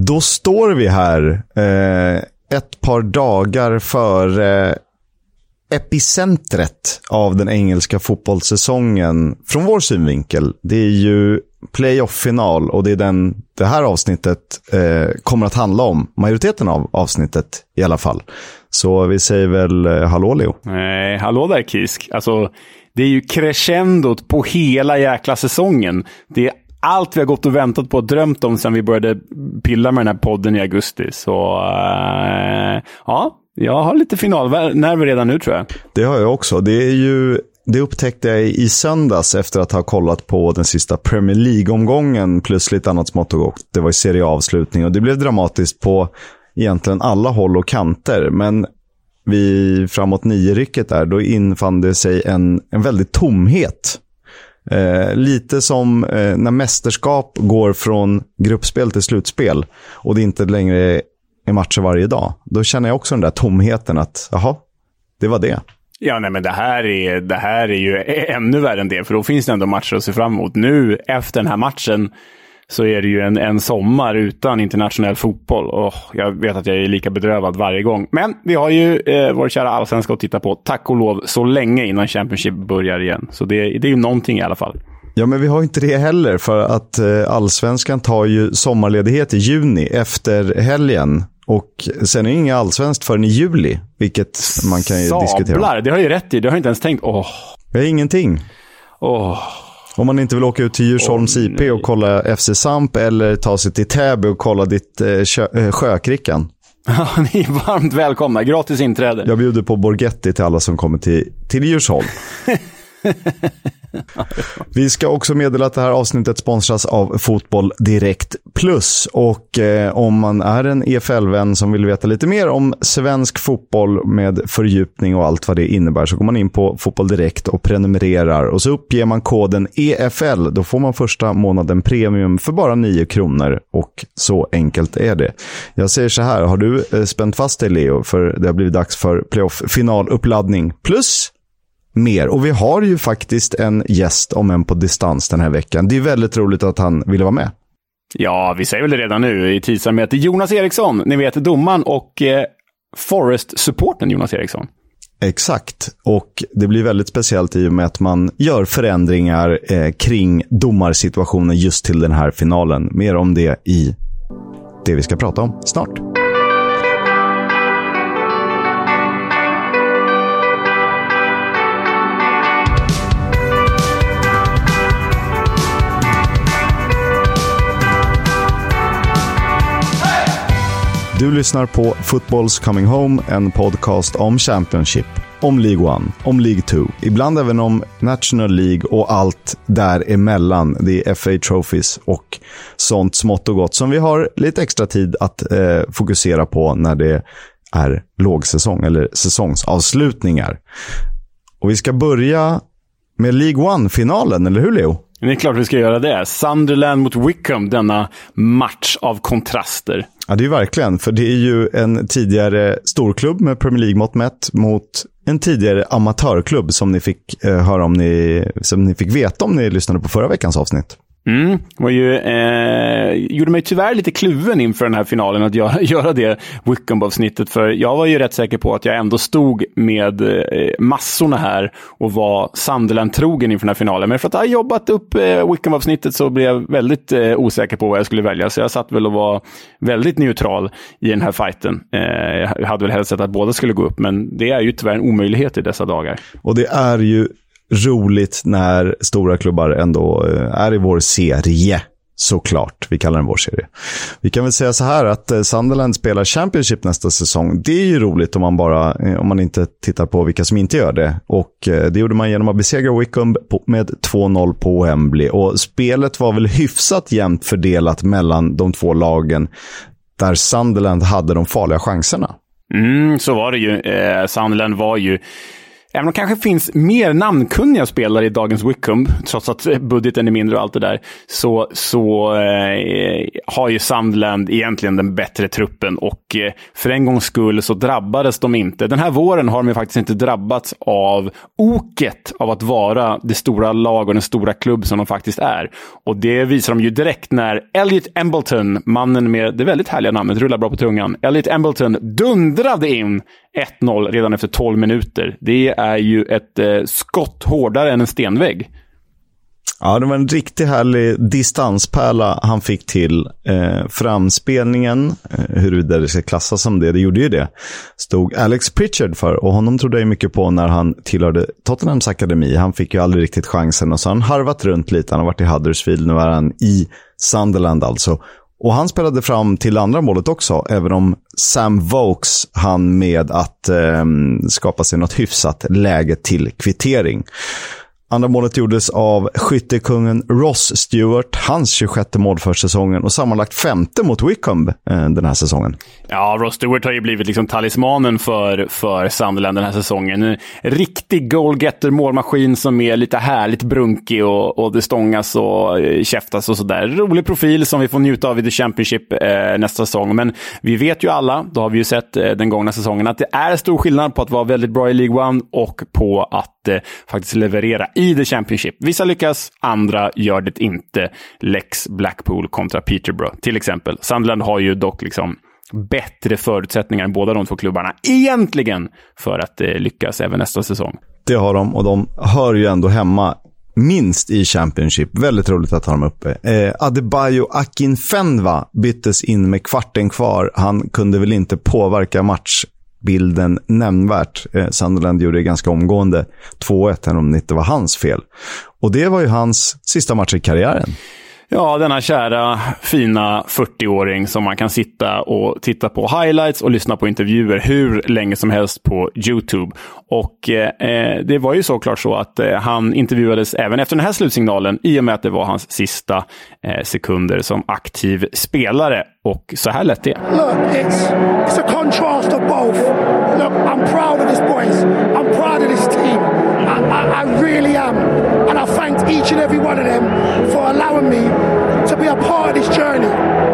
Då står vi här ett par dagar före epicentret av den engelska fotbollssäsongen från vår synvinkel. Det är ju playoff-final och det är det här avsnittet kommer att handla om. Majoriteten av avsnittet i alla fall. Så vi säger väl hallå Leo. Nej, hallå där Kisk. Alltså, det är ju crescendot på hela jäkla säsongen. Det är allt vi har gått och väntat på och drömt om sedan vi började pilla med den här podden i augusti. Så ja, jag har lite finalnerver redan nu tror jag. Det har jag också. Det upptäckte jag i söndags efter att ha kollat på den sista Premier League-omgången plus lite annat smått och gott. Det var ju serieavslutning och det blev dramatiskt på egentligen alla håll och kanter. Men framåt 9-rycket där, då infann det sig en väldigt tomhet. Lite som när mästerskap går från gruppspel till slutspel och det inte längre är matcher varje dag. Då känner jag också den där tomheten att, jaha, det var det. Ja, nej, men det här är ju ännu värre än det, för då finns det ändå matcher att se fram emot. Nu, efter den här matchen, så är det ju en sommar utan internationell fotboll. Jag vet att jag är lika bedrövad varje gång. Men vi har ju vår kära allsvenska att titta på, tack och lov, så länge innan Championship börjar igen. Så det är ju någonting i alla fall. Ja, men vi har inte det heller, för att allsvenskan tar ju sommarledighet i juni efter helgen. Och sen är det inga allsvenskt förrän i juli, vilket man kan ju diskutera. Det har ju rätt i, det har jag inte ens tänkt. Det är ingenting. Om man inte vill åka ut till Djursholms IP och kolla FC Samp eller ta sig till Täby och kolla ditt Sjökrickan. Ja, ni är varmt välkomna. Gratis inträde. Jag bjuder på Borghetti till alla som kommer till Djursholm. Vi ska också meddela att det här avsnittet sponsras av Fotboll Direkt Plus. Och om man är en EFL-vän som vill veta lite mer om svensk fotboll med fördjupning och allt vad det innebär, så går man in på Fotboll Direkt och prenumererar. Och så uppger man koden EFL. Då får man första månaden premium för bara 9 kronor. Och så enkelt är det. Jag säger så här, har du spänt fast dig Leo? För det har blivit dags för playoff-finaluppladdning plus mer. Och vi har ju faktiskt en gäst, om än på distans, den här veckan. Det är väldigt roligt att han ville vara med. Ja, vi säger väl det redan nu i teasern med att Jonas Eriksson, ni vet domaren och Forest-supporten Jonas Eriksson. Exakt, och det blir väldigt speciellt i och med att man gör förändringar kring domarsituationen just till den här finalen. Mer om det i det vi ska prata om snart. Du lyssnar på Football's Coming Home, en podcast om Championship, om League 1, om League 2, ibland även om National League och allt däremellan. Det är FA Trophies och sånt smått och gott som vi har lite extra tid att fokusera på när det är lågsäsong eller säsongsavslutningar. Och vi ska börja med League 1-finalen, eller hur Leo? Det är klart vi ska göra det. Sunderland mot Wickham, denna match av kontraster. Ja, det är ju verkligen, för det är ju en tidigare storklubb med Premier League-mått mätt mot en tidigare amatörklubb som ni fick höra om som ni fick veta om ni lyssnade på förra veckans avsnitt. Var ju, gjorde mig tyvärr lite kluven inför den här finalen att göra det Wickham-avsnittet, för jag var ju rätt säker på att jag ändå stod med massorna här och var Sunderland-trogen inför den här finalen. Men för att jag jobbat upp Wickham-avsnittet så blev jag väldigt osäker på vad jag skulle välja, så jag satt väl och var väldigt neutral i den här fighten. Jag hade väl helst sett att båda skulle gå upp, men det är ju tyvärr en omöjlighet i dessa dagar. Och det är ju roligt när stora klubbar ändå är i vår serie, såklart. Vi kallar den vår serie. Vi kan väl säga så här att Sunderland spelar Championship nästa säsong. Det är ju roligt om man inte tittar på vilka som inte gör det. Och det gjorde man genom att besegra Wickham med 2-0 på Wembley. Och spelet var väl hyfsat jämnt fördelat mellan de två lagen där Sunderland hade de farliga chanserna. Så var det ju. Sunderland var ju även om det kanske finns mer namnkunniga spelare i dagens Wycombe, trots att budgeten är mindre och allt det där, så har ju Sunderland egentligen den bättre truppen, och för en gångs skull så drabbades de inte. Den här våren har de ju faktiskt inte drabbats av oket av att vara det stora lag och den stora klubb som de faktiskt är. Och det visar de ju direkt när Elliot Embleton, mannen med det väldigt härliga namnet, rullar bra på tungan. Elliot Embleton dundrade in 1-0 redan efter 12 minuter. Det är ju ett skott hårdare än en stenvägg. Ja, det var en riktigt härlig distanspärla han fick till. Framspelningen, huruvida det ska klassas som det gjorde ju det, stod Alex Pritchard för, och honom trodde jag mycket på när han tillhörde Tottenhams akademi. Han fick ju aldrig riktigt chansen, och så har han harvat runt lite. Han har varit i Huddersfield, nu är han i Sunderland alltså. Och han spelade fram till andra målet också, även om Sam Vokes hann med att skapa sig något hyfsat läge till kvittering. Andra målet gjordes av skyttekungen Ross Stewart, hans 26:e mål för säsongen och sammanlagt 5:e mot Wycombe den här säsongen. Ja, Ross Stewart har ju blivit liksom talismanen för Sunderland den här säsongen. En riktig goalgetter, målmaskin som är lite härligt brunkig och det stångas och käftas och sådär. Rolig profil som vi får njuta av i The Championship nästa säsong. Men vi vet ju alla, då har vi ju sett den gångna säsongen, att det är stor skillnad på att vara väldigt bra i League One och på att faktiskt leverera i The Championship. Vissa lyckas, andra gör det inte. Lex Blackpool kontra Peterborough till exempel. Sunderland har ju dock liksom bättre förutsättningar än båda de två klubbarna egentligen för att lyckas även nästa säsong. Det har de, och de hör ju ändå hemma minst i Championship. Väldigt roligt att ha dem uppe. Adebayo Akinfenwa byttes in med kvarten kvar. Han kunde väl inte påverka matchbilden nämnvärt. Sunderland gjorde det ganska omgående 2-1, om det inte var hans fel. Och det var ju hans sista match i karriären. Ja, denna kära, fina 40-åring som man kan sitta och titta på highlights och lyssna på intervjuer hur länge som helst på YouTube. Och det var ju såklart så att han intervjuades även efter den här slutsignalen i och med att det var hans sista sekunder som aktiv spelare. Och så här lät det. Look, it's a contrast of both. Look, I'm proud of this boys. I'm proud of this team. I really am. And I thank each and every one of them for allowing me to be a part of this journey.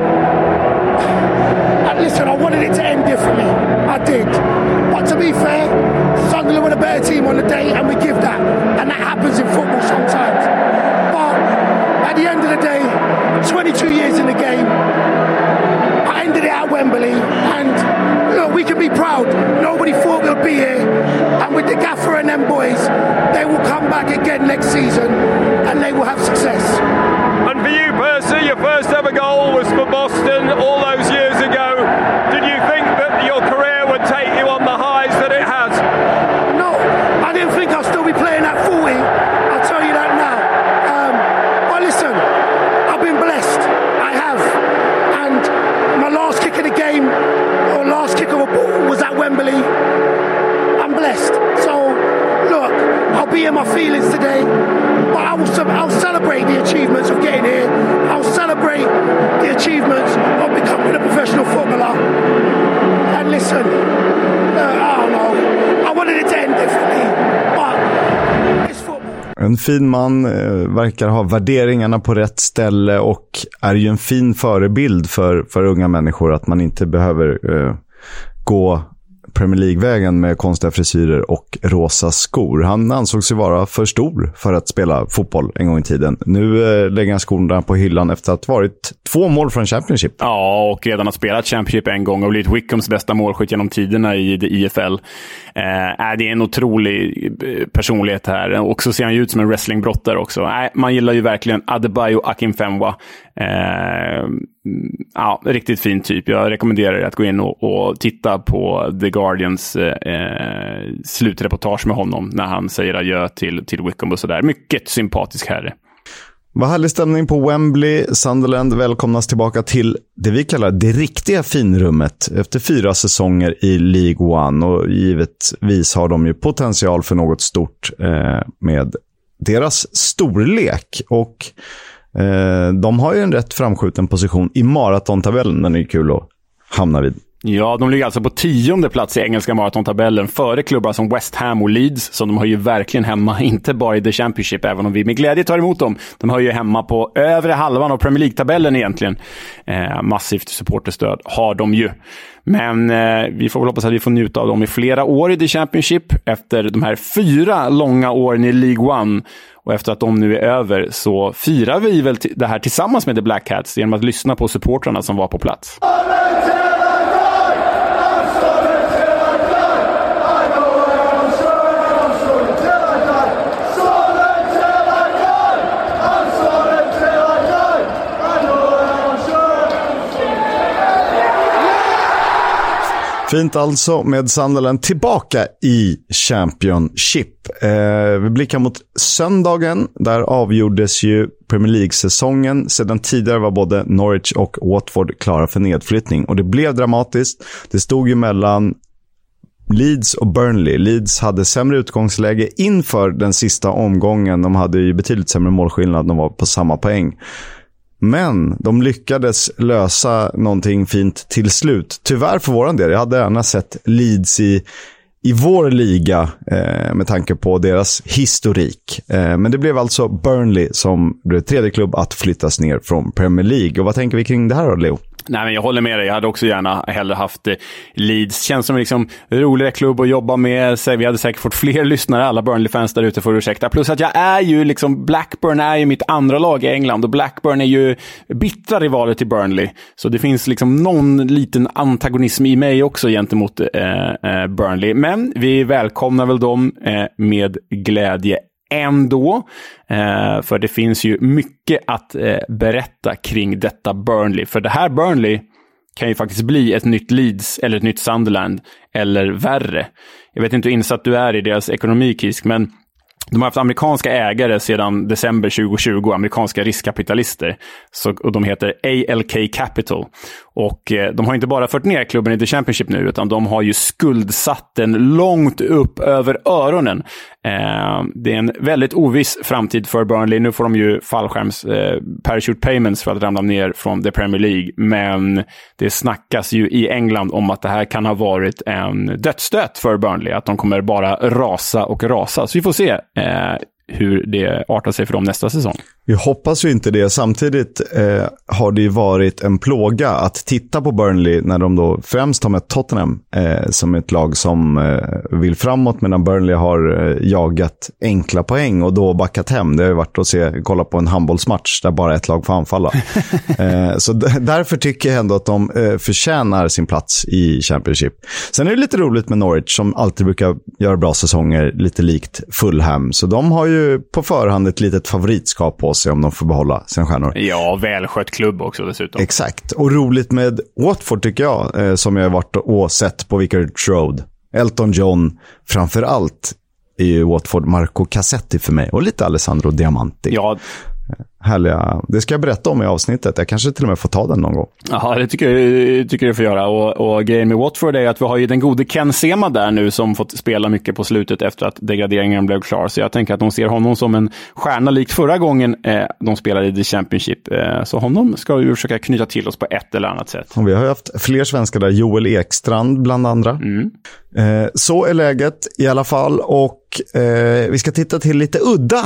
And listen, I wanted it to end differently. I did. But to be fair, Sunderland were a better team on the day, and we give that. And that happens in football sometimes. But at the end of the day, 22 years in the game, I ended it at Wembley, and look, we can be proud. Nobody thought we'd be here, and with the gaffer and them boys, they will come back again next season, and they will have success. And for you, Percy, your first ever goal was for Boston all those years ago. Did you think that your career would take you on the highs that it has? No, I didn't think I'd still be playing at 40. I'll tell you that now. But listen, I've been blessed. I have. And my last kick of the game, or last kick of a ball, was at Wembley. I'm blessed. So, look, I'll be in my feelings today, but I'll celebrate the achievements of getting here. I'll celebrate the achievements of becoming a professional footballer. And listen, I don't know, I wanted it to end differently, but it's football. En fin man, verkar ha värderingarna på rätt ställe och är ju en fin förebild för unga människor, att man inte behöver gå Premier League-vägen med konstiga frisyrer och rosa skor. Han ansågs ju vara för stor för att spela fotboll en gång i tiden. Nu lägger han skorna på hyllan efter att ha varit 2 mål från Championship. Ja, och redan har spelat Championship en gång och blivit Wickhams bästa målskytt genom tiderna i IFL. Det är en otrolig personlighet här. Och så ser han ju ut som en wrestlingbrottare också. Man gillar ju verkligen Adebayo Akinfenwa. Ja, riktigt fin typ. Jag rekommenderar er att gå in och titta på The Guardians slutreportage med honom när han säger adjö till Wickham och sådär. Mycket sympatisk herre. Vad härlig stämning på Wembley. Sunderland välkomnas tillbaka till det vi kallar det riktiga finrummet efter 4 säsonger i League One, och givetvis har de ju potential för något stort med deras storlek, och de har ju en rätt framskjuten position i maratontabellen. Den är ju kul att hamna vid. Ja, de ligger alltså på 10:e plats i engelska maratontabellen före klubbar som West Ham och Leeds, som de har ju verkligen hemma, inte bara i The Championship, även om vi med glädje tar emot dem. De har ju hemma på övre halvan av Premier League-tabellen egentligen. Massivt supporterstöd har de ju. Men vi får väl hoppas att vi får njuta av dem i flera år i The Championship efter de här 4 långa åren i League One. Och efter att de nu är över så firar vi väl det här tillsammans med The Black Cats genom att lyssna på supportrarna som var på plats. Fint alltså med Sunderland tillbaka i Championship. Vi blickar mot söndagen. Där avgjordes ju Premier League-säsongen. Sedan tidigare var både Norwich och Watford klara för nedflyttning. Och det blev dramatiskt. Det stod ju mellan Leeds och Burnley. Leeds hade sämre utgångsläge inför den sista omgången. De hade ju betydligt sämre målskillnad. De var på samma poäng. Men de lyckades lösa någonting fint till slut. Tyvärr för våran del. Jag hade gärna sett Leeds i vår liga med tanke på deras historik. Men det blev alltså Burnley som blev tredje klubb att flyttas ner från Premier League. Och vad tänker vi kring det här då, Leo? Nej, men jag håller med dig. Jag hade också gärna hellre haft Leeds. Känns som liksom roligare klubb att jobba med. Så vi hade säkert fått fler lyssnare. Alla Burnley-fans där ute får ursäkta. Plus att jag är ju liksom, Blackburn är ju mitt andra lag i England. Och Blackburn är ju bittra rivaler till Burnley. Så det finns liksom någon liten antagonism i mig också gentemot Burnley. Men vi välkomnar väl dem med glädje ändå. För det finns ju mycket att berätta kring detta Burnley. För det här Burnley kan ju faktiskt bli ett nytt Leeds eller ett nytt Sunderland eller värre. Jag vet inte hur insatt du är i deras ekonomi, Kisk, men de har haft amerikanska ägare sedan december 2020, amerikanska riskkapitalister. Och de heter ALK Capital. Och de har inte bara fört ner klubben i The Championship nu, utan de har ju skuldsatt den långt upp över öronen. Det är en väldigt oviss framtid för Burnley. Nu får de ju fallskärms parachute payments för att ramla ner från The Premier League. Men det snackas ju i England om att det här kan ha varit en dödsstöt för Burnley. Att de kommer bara rasa och rasa. Så vi får se hur det artar sig för dem nästa säsong. Vi hoppas ju inte det. Samtidigt har det ju varit en plåga att titta på Burnley när de då främst har med Tottenham som ett lag som vill framåt, medan Burnley har jagat enkla poäng och då backat hem. Det har ju varit att kolla på en handbollsmatch där bara ett lag får anfalla. Så därför tycker jag ändå att de förtjänar sin plats i Championship. Sen är det lite roligt med Norwich som alltid brukar göra bra säsonger, lite likt Fulham. Så de har ju på förhand ett litet favoritskap på sig om de får behålla sina stjärnor. Ja, välskött klubb också dessutom. Exakt. Och roligt med Watford tycker jag, som jag har varit och sett på Vicarage Road. Elton John, framförallt är ju Watford Marco Cassetti för mig. Och lite Alessandro Diamanti. Ja. Härliga. Det ska jag berätta om i avsnittet. Jag kanske till och med får ta den någon gång. Ja, det tycker du får göra. Och grejen med Watford är att vi har ju den gode Ken Sema där nu som fått spela mycket på slutet efter att degraderingen blev klar. Så jag tänker att de ser honom som en stjärna likt förra gången de spelade i The Championship. Så honom ska vi försöka knyta till oss på ett eller annat sätt. Och vi har ju haft fler svenskar där. Joel Ekstrand bland andra. Så är läget i alla fall. Och vi ska titta till lite udda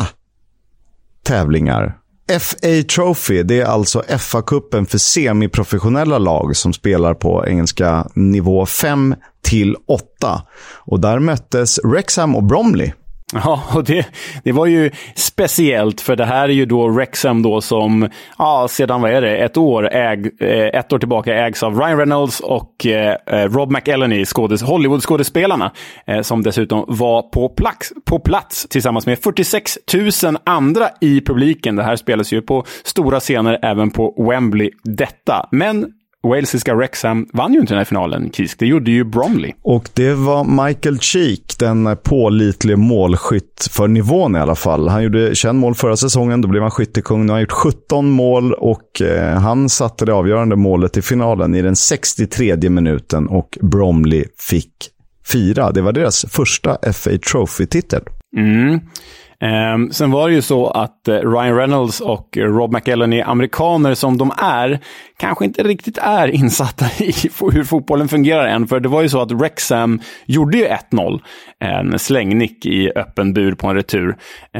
tävlingar. FA Trophy, det är alltså FA-cupen för semiprofessionella lag som spelar på engelska nivå 5 till 8. Och där möttes Wrexham och Bromley. Ja, och det var ju speciellt, för det här är ju då Wrexham då som sedan ett år tillbaka ägs av Ryan Reynolds och Rob McElhenney, Hollywood-skådespelarna, som dessutom var på plats tillsammans med 46 000 andra i publiken. Det här spelas ju på stora scener även på Wembley detta. Men walesiska Wrexham vann ju inte den här finalen, Kisk. Det gjorde ju Bromley. Och det var Michael Cheek, den pålitliga målskytt för nivån i alla fall. Han gjorde 21 mål förra säsongen, då blev han skyttekung. Nu har han gjort 17 mål och han satte det avgörande målet i finalen i den 63:e minuten och Bromley fick 4. Det var deras första FA Trophy-titel. Sen var det ju så att Ryan Reynolds och Rob McElhenney, amerikaner som de är, kanske inte riktigt är insatta i hur fotbollen fungerar än. För det var ju så att Wrexham gjorde ju 1-0. En slängnick i öppen bur på en retur.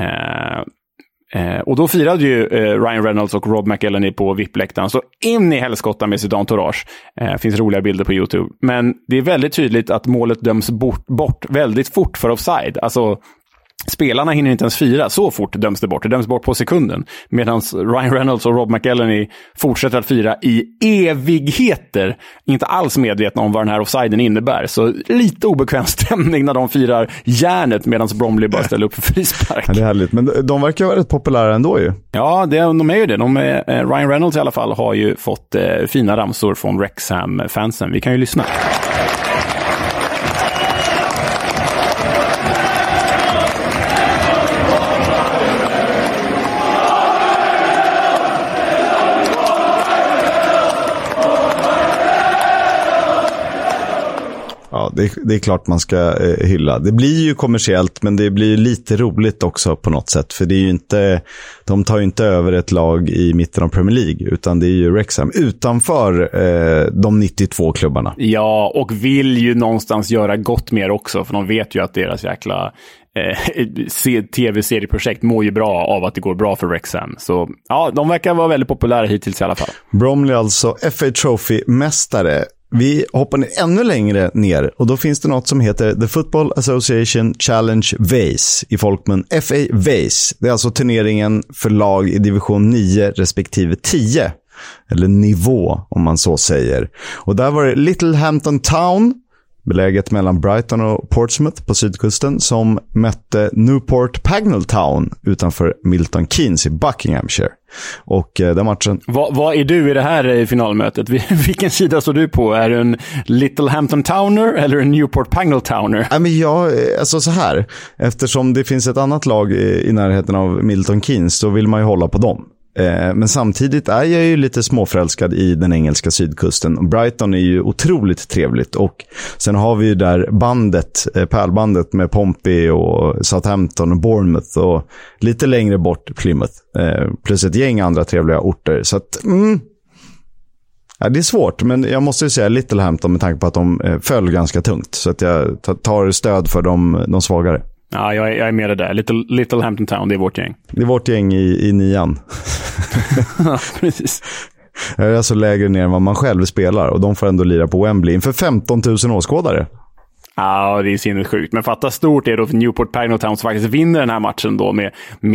Och då firade ju Ryan Reynolds och Rob McElhenney på VIP-läktaren så in i helskotta med sitt entourage. Finns roliga bilder på YouTube. Men det är väldigt tydligt att målet döms bort väldigt fort för offside. Alltså spelarna hinner inte ens fira, så fort döms det bort. Det döms bort på sekunden. Medan Ryan Reynolds och Rob McElhenney fortsätter att fira i evigheter. Inte alls medvetna om vad den här offsiden innebär. Så lite obekväm stämning när de firar järnet medan Bromley bara ställer upp för frispark. Ja, det är härligt. Men de verkar vara rätt populära ändå ju. Ja, de är ju det. Ryan Reynolds i alla fall har ju fått fina ramsor från Wrexham-fansen. Vi kan ju lyssna. Ja, det är klart man ska hylla. Det blir ju kommersiellt, men det blir lite roligt också på något sätt. För det är ju inte, de tar ju inte över ett lag i mitten av Premier League, utan det är ju Wrexham utanför de 92 klubbarna. Ja, och vill ju någonstans göra gott mer också, för de vet ju att deras jäkla tv-serieprojekt mår ju bra av att det går bra för Wrexham. Så ja, de verkar vara väldigt populära hittills i alla fall. Bromley alltså FA Trophy-mästare. Vi hoppar ännu längre ner och då finns det något som heter The Football Association Challenge Vase, i folkmun FA Vase. Det är alltså turneringen för lag i division 9 respektive 10, eller nivå om man så säger. Och där var det Littlehampton Town, beläget mellan Brighton och Portsmouth på sydkusten, som mötte Newport Pagnell Town utanför Milton Keynes i Buckinghamshire. Och den matchen... Vad är du i det här finalmötet? Vilken sida står du på? Är du en Littlehampton Towner eller en Newport Pagnell Towner? Ja, men alltså så här. Eftersom det finns ett annat lag i närheten av Milton Keynes så vill man ju hålla på dem. Men samtidigt är jag ju lite småförälskad i den engelska sydkusten. Brighton är ju otroligt trevligt. Och sen har vi ju där pärlbandet med Pompey och Southampton och Bournemouth och lite längre bort Plymouth. Plus ett gäng andra trevliga orter. Så att, ja, det är svårt, men jag måste ju säga Littlehampton med tanke på att de föll ganska tungt. Så att jag tar stöd för de svagare. Ja, jag är med det där. Littlehampton Town, det är vårt gäng. Det är vårt gäng i 9:an. Ja, precis. Jag är alltså lägre ner än vad man själv spelar och de får ändå lira på Wembley inför 15 000 åskådare. Ja, det är sinnessjukt. Men fatta stort är då för Newport Pagnell Town som faktiskt vinner den här matchen då med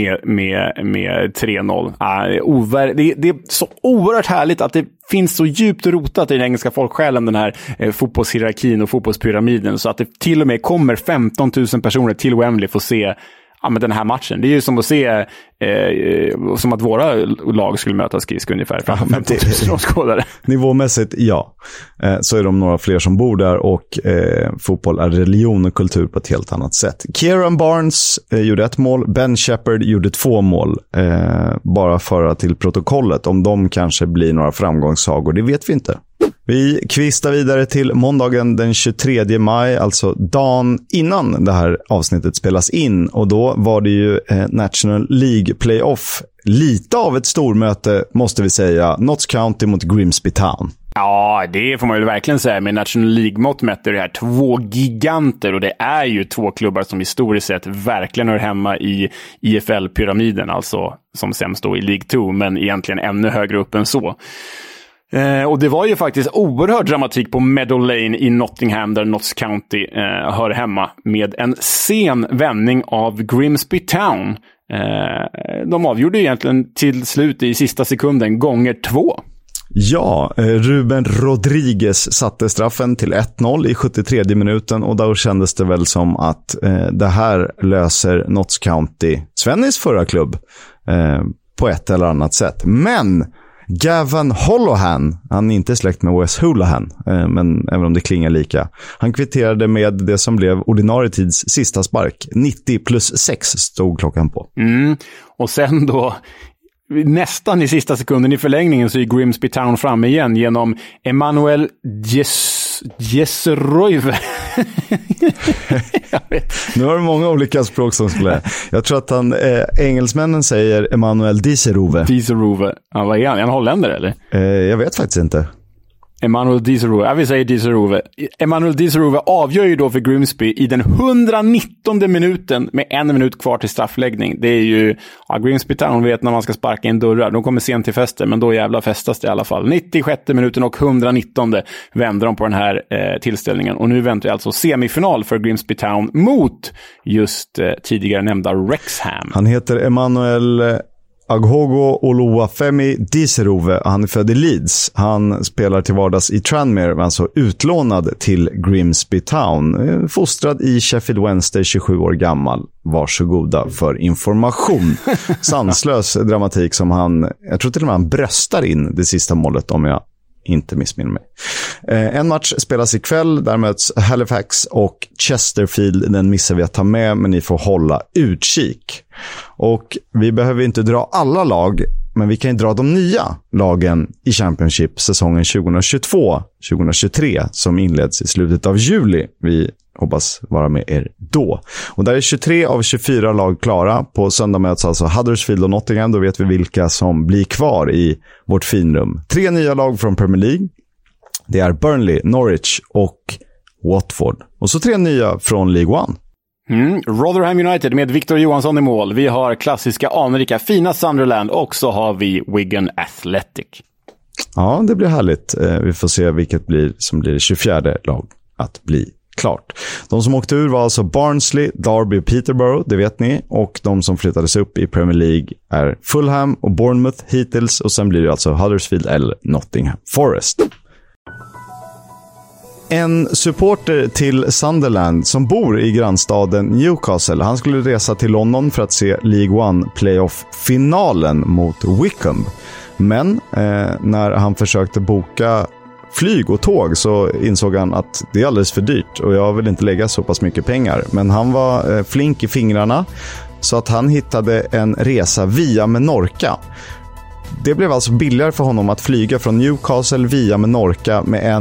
3-0. Det är så oerhört härligt att det finns så djupt rotat i den engelska folksjälen, den här fotbollshierarkin och fotbollspyramiden, så att det till och med kommer 15 000 personer till Wembley för att se men den här matchen. Det är ju som att se som att våra lag skulle möta skridsk ungefär. 15 000 åskådare. Nivåmässigt, ja. Så är de några fler som bor där och fotboll är religion och kultur på ett helt annat sätt. Kieran Barnes gjorde 1 mål. Ben Shepherd gjorde 2 mål. Bara föra till protokollet. Om de kanske blir några framgångssagor, det vet vi inte. Vi kvistar vidare till måndagen den 23 maj, alltså dagen innan det här avsnittet spelas in. Och då var det ju National League Playoff. Lite av ett stormöte måste vi säga. Notts County mot Grimsby Town. Ja, det får man ju verkligen säga. Med National League-mått mätt är det här 2 giganter. Och det är ju 2 klubbar som historiskt sett verkligen hör hemma i IFL-pyramiden. Alltså som sämst då i League 2, men egentligen ännu högre upp än så. Och det var ju faktiskt oerhört dramatik på Meadow Lane i Nottingham där Notts County hör hemma med en sen vändning av Grimsby Town. De avgjorde egentligen till slut i sista sekunden gånger 2. Ja, Ruben Rodriguez satte straffen till 1-0 i 73 minuten och då kändes det väl som att det här löser Notts County, Svennis förra klubb, på ett eller annat sätt. Men Gavin Holohan, han är inte släkt med Wes Holohan, men även om det klingar lika. Han kvitterade med det som blev ordinarie tids sista spark. 90+6 stod klockan på. Och sen då, nästan i sista sekunden i förlängningen, så är Grimsby Town fram igen genom Emmanuel Jesseroive. Nu har du många olika språk som skulle. Jag tror att engelsmännen säger Emmanuel Dizerouve. Dizerouve. Ja, vad är han? Är han holländare eller? Jag vet faktiskt inte. Emmanuel Dizerouve. Jag vill säga Dizerouve. Emmanuel Dizerouve avgör ju då för Grimsby i den 119:e minuten med 1 minut kvar till straffläggning. Det är ju, Grimsby Town vet när man ska sparka in dörrar. De kommer sent till fester, men då jävla festas det i alla fall. 96:e minuten och 119:e vänder de på den här tillställningen. Och nu väntar alltså semifinal för Grimsby Town mot just tidigare nämnda Wrexham. Han heter Emmanuel Aghogo Oluwafemi Dizerouve. Han är född i Leeds. Han spelar till vardags i Tranmere, men alltså utlånad till Grimsby Town. Fostrad i Sheffield Wednesday, 27 år gammal. Varsågoda för information. Sanslös dramatik som jag tror till och med han bröstar in det sista målet, om jag inte missminner mig. En match spelas ikväll. Där möts Halifax och Chesterfield. Den missar vi att ta med, men ni får hålla utkik. Och vi behöver inte dra alla lag, men vi kan ju dra de nya lagen i Championship säsongen 2022-2023 som inleds i slutet av juli. Vi hoppas vara med er då. Och där är 23 av 24 lag klara. På söndag möts alltså Huddersfield och Nottingham. Då vet vi vilka som blir kvar i vårt finrum. 3 nya lag från Premier League. Det är Burnley, Norwich och Watford. Och så 3 nya från League One. Rotherham United med Victor Johansson i mål. Vi har klassiska anrika fina Sunderland och så har vi Wigan Athletic. Ja, det blir härligt. Vi får se vilket som blir det 24:e lag att bli klart. De som åkte ur var alltså Barnsley, Derby och Peterborough, det vet ni. Och de som flyttades upp i Premier League är Fulham och Bournemouth hittills. Och sen blir det alltså Huddersfield eller Nottingham Forest. En supporter till Sunderland som bor i grannstaden Newcastle, han skulle resa till London för att se League One Playoff-finalen mot Wycombe. Men när han försökte boka flyg och tåg så insåg han att det är alldeles för dyrt och jag vill inte lägga så pass mycket pengar. Men han var flink i fingrarna så att han hittade en resa via Menorca. Det blev alltså billigare för honom att flyga från Newcastle via Menorca med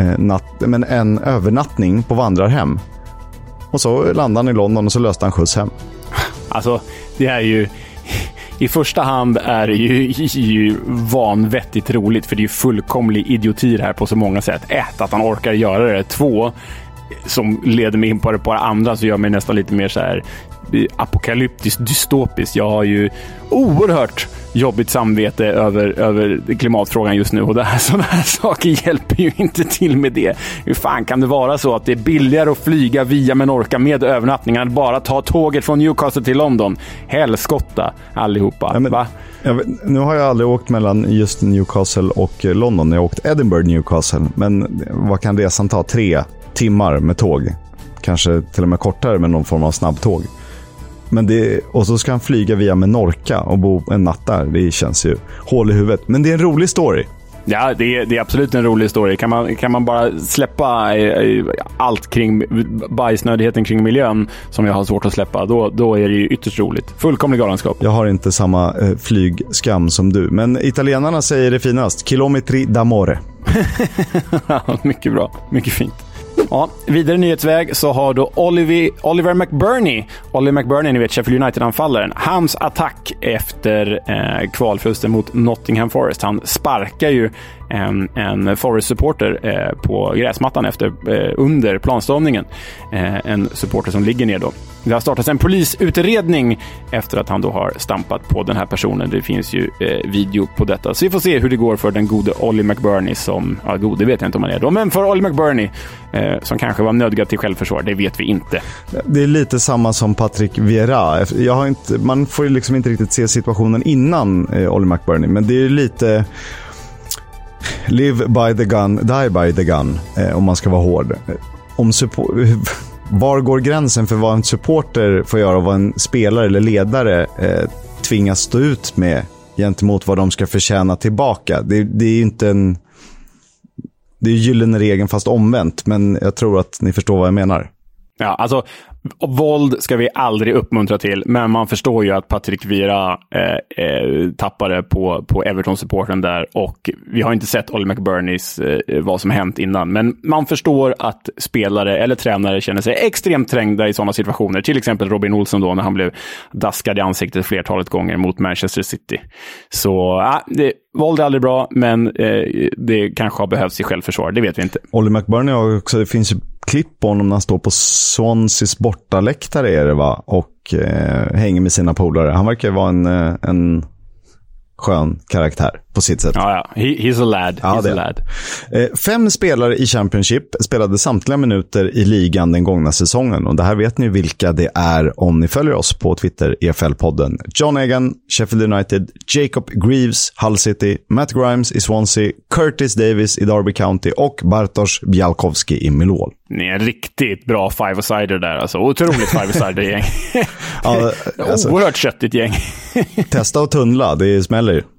en övernattning på vandrarhem. Och så landade han i London och så löste han skjuts hem. Alltså, det är ju... I första hand är det ju vanvettigt roligt, för det är ju fullkomlig idiotir här på så många sätt. 1, att han orkar göra det. 2, som leder mig in på det på andra, så gör mig nästan lite mer så här apokalyptiskt, dystopiskt. Jag har ju oerhört jobbigt samvete över klimatfrågan just nu, och sådana här saker hjälper ju inte till med det. Hur fan kan det vara så att det är billigare att flyga via Menorca med övernattningar än bara ta tåget från Newcastle till London? Helskotta allihopa. Ja, men, va? Nu har jag aldrig åkt mellan just Newcastle och London. Jag har åkt Edinburgh, Newcastle. Men vad kan resan ta? 3 timmar med tåg? Kanske till och med kortare med någon form av snabbtåg. Och så ska han flyga via Menorca och bo en natt där. Det känns ju hål i huvudet. Men det är en rolig story. Ja, det är absolut en rolig story. Kan man bara släppa allt kring bajsnödigheten kring miljön som jag har svårt att släppa, då är det ju ytterst roligt. Fullkomlig galenskap. Jag har inte samma flygskam som du. Men italienarna säger det finast. Chilometri d'amore. Mycket bra. Mycket fint. Ja, vidare nyhetsväg så har då Oliver McBurney. Oliver McBurney, ni vet, Sheffield United-anfallaren. Hans attack efter kvalförlusten mot Nottingham Forest. Han sparkar ju en Forest-supporter på gräsmattan under planstavningen. En supporter som ligger ner då. Det har startats en polisutredning efter att han då har stampat på den här personen. Det finns ju video på detta. Så vi får se hur det går för den gode Ollie McBurney som... Ja, god, det vet jag inte om han är då. Men för Ollie McBurney som kanske var nödgad till självförsvar, det vet vi inte. Det är lite samma som Patrick Vieira. Man får ju liksom inte riktigt se situationen innan Ollie McBurney. Men det är ju lite... Live by the gun, die by the gun, om man ska vara hård. Var går gränsen för vad en supporter får göra och vad en spelare eller ledare tvingas stå ut med gentemot vad de ska förtjäna tillbaka? Det är ju inte det är gyllene regeln fast omvänt, men jag tror att ni förstår vad jag menar. Ja, alltså våld ska vi aldrig uppmuntra till, men man förstår ju att Patrick Vieira tappade på Everton-supporten där, och vi har inte sett Ollie McBurnies vad som hänt innan, men man förstår att spelare eller tränare känner sig extremt trängda i sådana situationer, till exempel Robin Olsen då när han blev daskad i ansiktet flertalet gånger mot Manchester City. Så våld är aldrig bra, men det kanske har behövts i självförsvar, det vet vi inte. Ollie McBurney har också, det finns ju klipp på honom när han står på Swanseas bortaläktare är det, va? Och hänger med sina polare. Han verkar vara en skön karaktär på sitt sätt. Ja. He's a lad. Ja, He's a lad. 5 spelare i Championship spelade samtliga minuter i ligan den gångna säsongen. Och det här vet ni vilka det är om ni följer oss på Twitter, EFL-podden. John Egan, Sheffield United, Jacob Greaves, Hull City, Matt Grimes i Swansea, Curtis Davis i Derby County och Bartosz Bialkowski i Millwall. Ni är en riktigt bra five-a-sider där. Alltså, otroligt five-a-sider-gäng. Ja, alltså, oerhört köttigt gäng. Testa och tunnla, det smäller ju.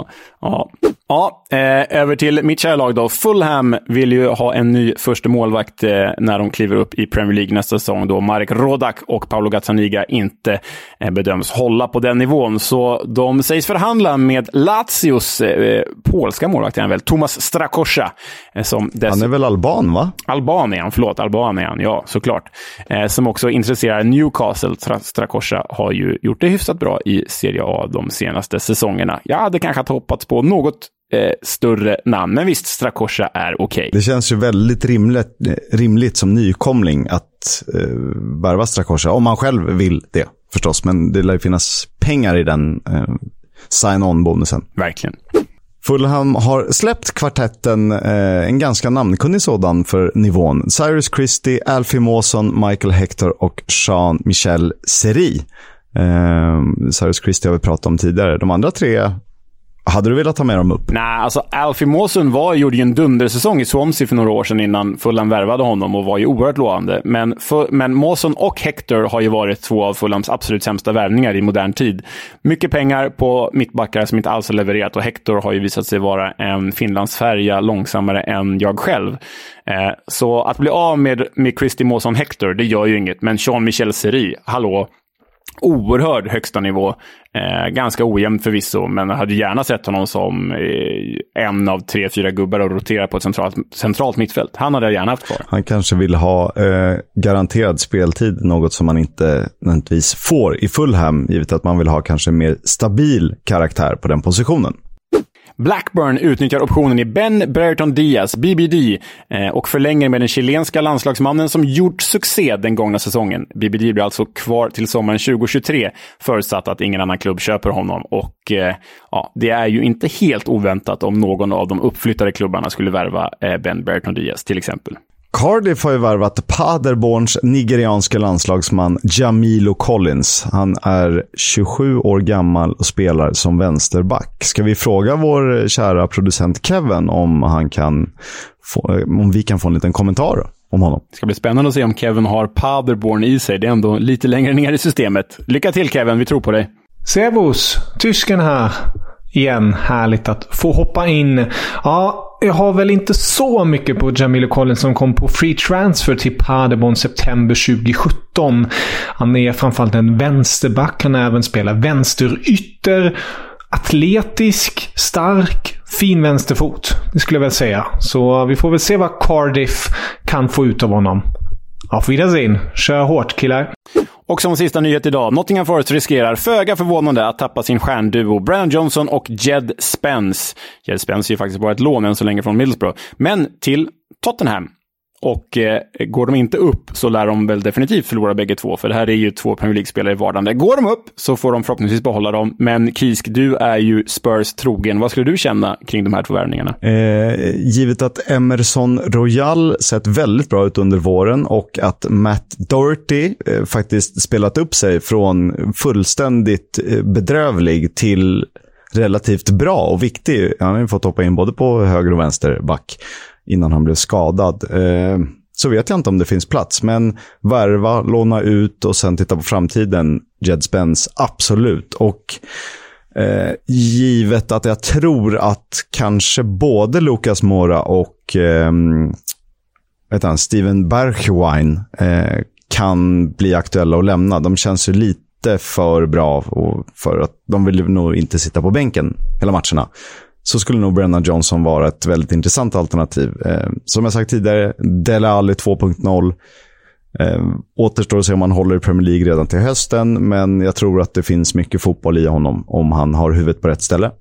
Ja, över till mitt kära lag då. Fulham vill ju ha en ny första målvakt när de kliver upp i Premier League nästa säsong, då Marek Rodak och Paulo Gazzaniga inte bedöms hålla på den nivån. Så de sägs förhandla med Lazios polska målvakt, är han väl, Tomas Strakosza. Han är väl alban, va? Alban är han, ja, såklart. Som också intresserar Newcastle. Strakosza har ju gjort det hyfsat bra i Serie A de senaste säsongerna. Jag hade kanske hoppats på något större namn, men visst, Strakosza är okej. Det känns ju väldigt rimligt som nykomling att värva Strakosza, om man själv vill det förstås, men det lär ju finnas pengar i den sign-on-bonusen. Verkligen. Fulham har släppt kvartetten, en ganska namnkunnig sådan för nivån. Cyrus Christie, Alfie Mawson, Michael Hector och Jean-Michel Seri. Cyrus Christie har vi pratat om tidigare. De andra 3, hade du velat ta med dem upp? Nej, alltså Alfie Mawson gjorde ju en dundersäsong i Swansea för några år sedan innan Fulham värvade honom och var ju oerhört lovande. Men Mawson och Hector har ju varit 2 av Fulhams absolut sämsta värvningar i modern tid. Mycket pengar på mittbackar som inte alls har levererat, och Hector har ju visat sig vara en Finlandsfärja långsammare än jag själv. Så att bli av med Christie, Mawson, Hector, det gör ju inget. Men Jean-Michel Seri, hallå, oerhörd högsta nivå. Ganska ojämnt förvisso, men jag hade gärna sett honom som en av 3-4 gubbar och rotera på ett centralt mittfält. Han hade jag gärna haft kvar. Han kanske vill ha garanterad speltid, något som man inte nödvändigtvis får i Fulham, givet att man vill ha kanske mer stabil karaktär på den positionen. Blackburn utnyttjar optionen i Ben Brereton Diaz, BBD, och förlänger med den chilenska landslagsmannen som gjort succé den gångna säsongen. BBD blir alltså kvar till sommaren 2023, förutsatt att ingen annan klubb köper honom. Och det är ju inte helt oväntat om någon av de uppflyttade klubbarna skulle värva Ben Brereton Diaz till exempel. Cardiff har ju värvat Paderborns nigerianska landslagsman Jamilo Collins. Han är 27 år gammal och spelar som vänsterback. Ska vi fråga vår kära producent Kevin om vi kan få en liten kommentar om honom? Det ska bli spännande att se om Kevin har Paderborn i sig. Det är ändå lite längre ner i systemet. Lycka till Kevin, vi tror på dig. Servus, tysken här. Igen, härligt att få hoppa in. Ja, jag har väl inte så mycket på Jamilo Collins som kom på free transfer till Paderborn september 2017. Han är framförallt en vänsterback. Han även spelar vänsterytter. Atletisk, stark, fin vänsterfot. Det skulle jag väl säga. Så vi får väl se vad Cardiff kan få ut av honom. Auf Wiedersehen. Kör hårt, killar. Och som sista nyhet idag, Nottingham Forest riskerar föga förvånande att tappa sin stjärnduo Brandon Johnson och Jed Spence. Jed Spence är ju faktiskt bara ett lån än så länge från Middlesbrough. Men till Tottenham. Och går de inte upp så lär de väl definitivt förlora bägge två. För det här är ju 2 Premier League-spelare i vardagen. Går de upp så får de förhoppningsvis behålla dem. Men Kisk, du är ju Spurs trogen. Vad skulle du känna kring de här 2 värvningarna? Givet att Emerson Royal sett väldigt bra ut under våren och att Matt Doherty faktiskt spelat upp sig från fullständigt bedrövlig till relativt bra och viktig. Han har ju fått hoppa in både på höger och vänster back innan han blev skadad. Så vet jag inte om det finns plats. Men värva, låna ut och sen titta på framtiden. Jed Spence, absolut. Och givet att jag tror att kanske både Lucas Moura och Steven Bergwijn kan bli aktuella att lämna. De känns ju lite för bra och för att de vill nog inte sitta på bänken hela matcherna. Så skulle nog Brennan Johnson vara ett väldigt intressant alternativ. Som jag sagt tidigare, Dele Alli 2.0. Återstår att se om han håller i Premier League redan till hösten, men jag tror att det finns mycket fotboll i honom om han har huvudet på rätt ställe.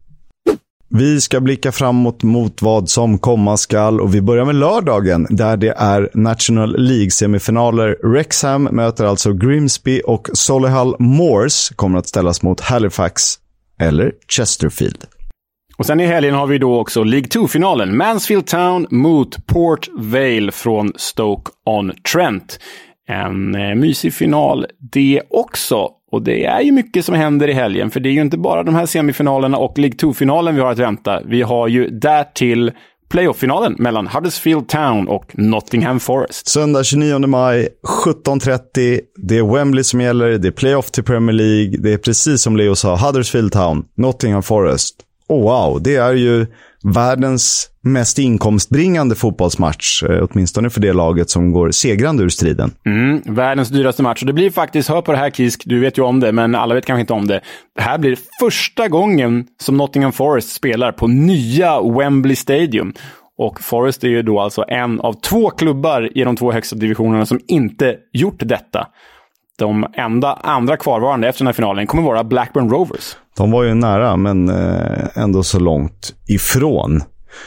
Vi ska blicka framåt mot vad som komma skall, och vi börjar med lördagen där det är National League-semifinaler. Wrexham möter alltså Grimsby och Solihull Moors kommer att ställas mot Halifax eller Chesterfield. Och sen i helgen har vi då också League 2-finalen. Mansfield Town mot Port Vale från Stoke-on-Trent. En mysig final det också. Och det är ju mycket som händer i helgen. För det är ju inte bara de här semifinalerna och League 2-finalen vi har att vänta. Vi har ju därtill playoff-finalen mellan Huddersfield Town och Nottingham Forest. Söndag 29 maj, 17:30. Det är Wembley som gäller. Det är playoff till Premier League. Det är precis som Leo sa. Huddersfield Town, Nottingham Forest. Wow, det är ju världens mest inkomstbringande fotbollsmatch, åtminstone för det laget som går segrande ur striden. Världens dyraste match. Och det blir faktiskt, hör på det här Kisk, du vet ju om det, men alla vet kanske inte om det. Det här blir första gången som Nottingham Forest spelar på nya Wembley Stadium. Och Forest är ju då alltså en av 2 klubbar i de 2 högsta divisionerna som inte gjort detta. De enda andra kvarvarande efter den här finalen kommer vara Blackburn Rovers. De var ju nära, men ändå så långt ifrån.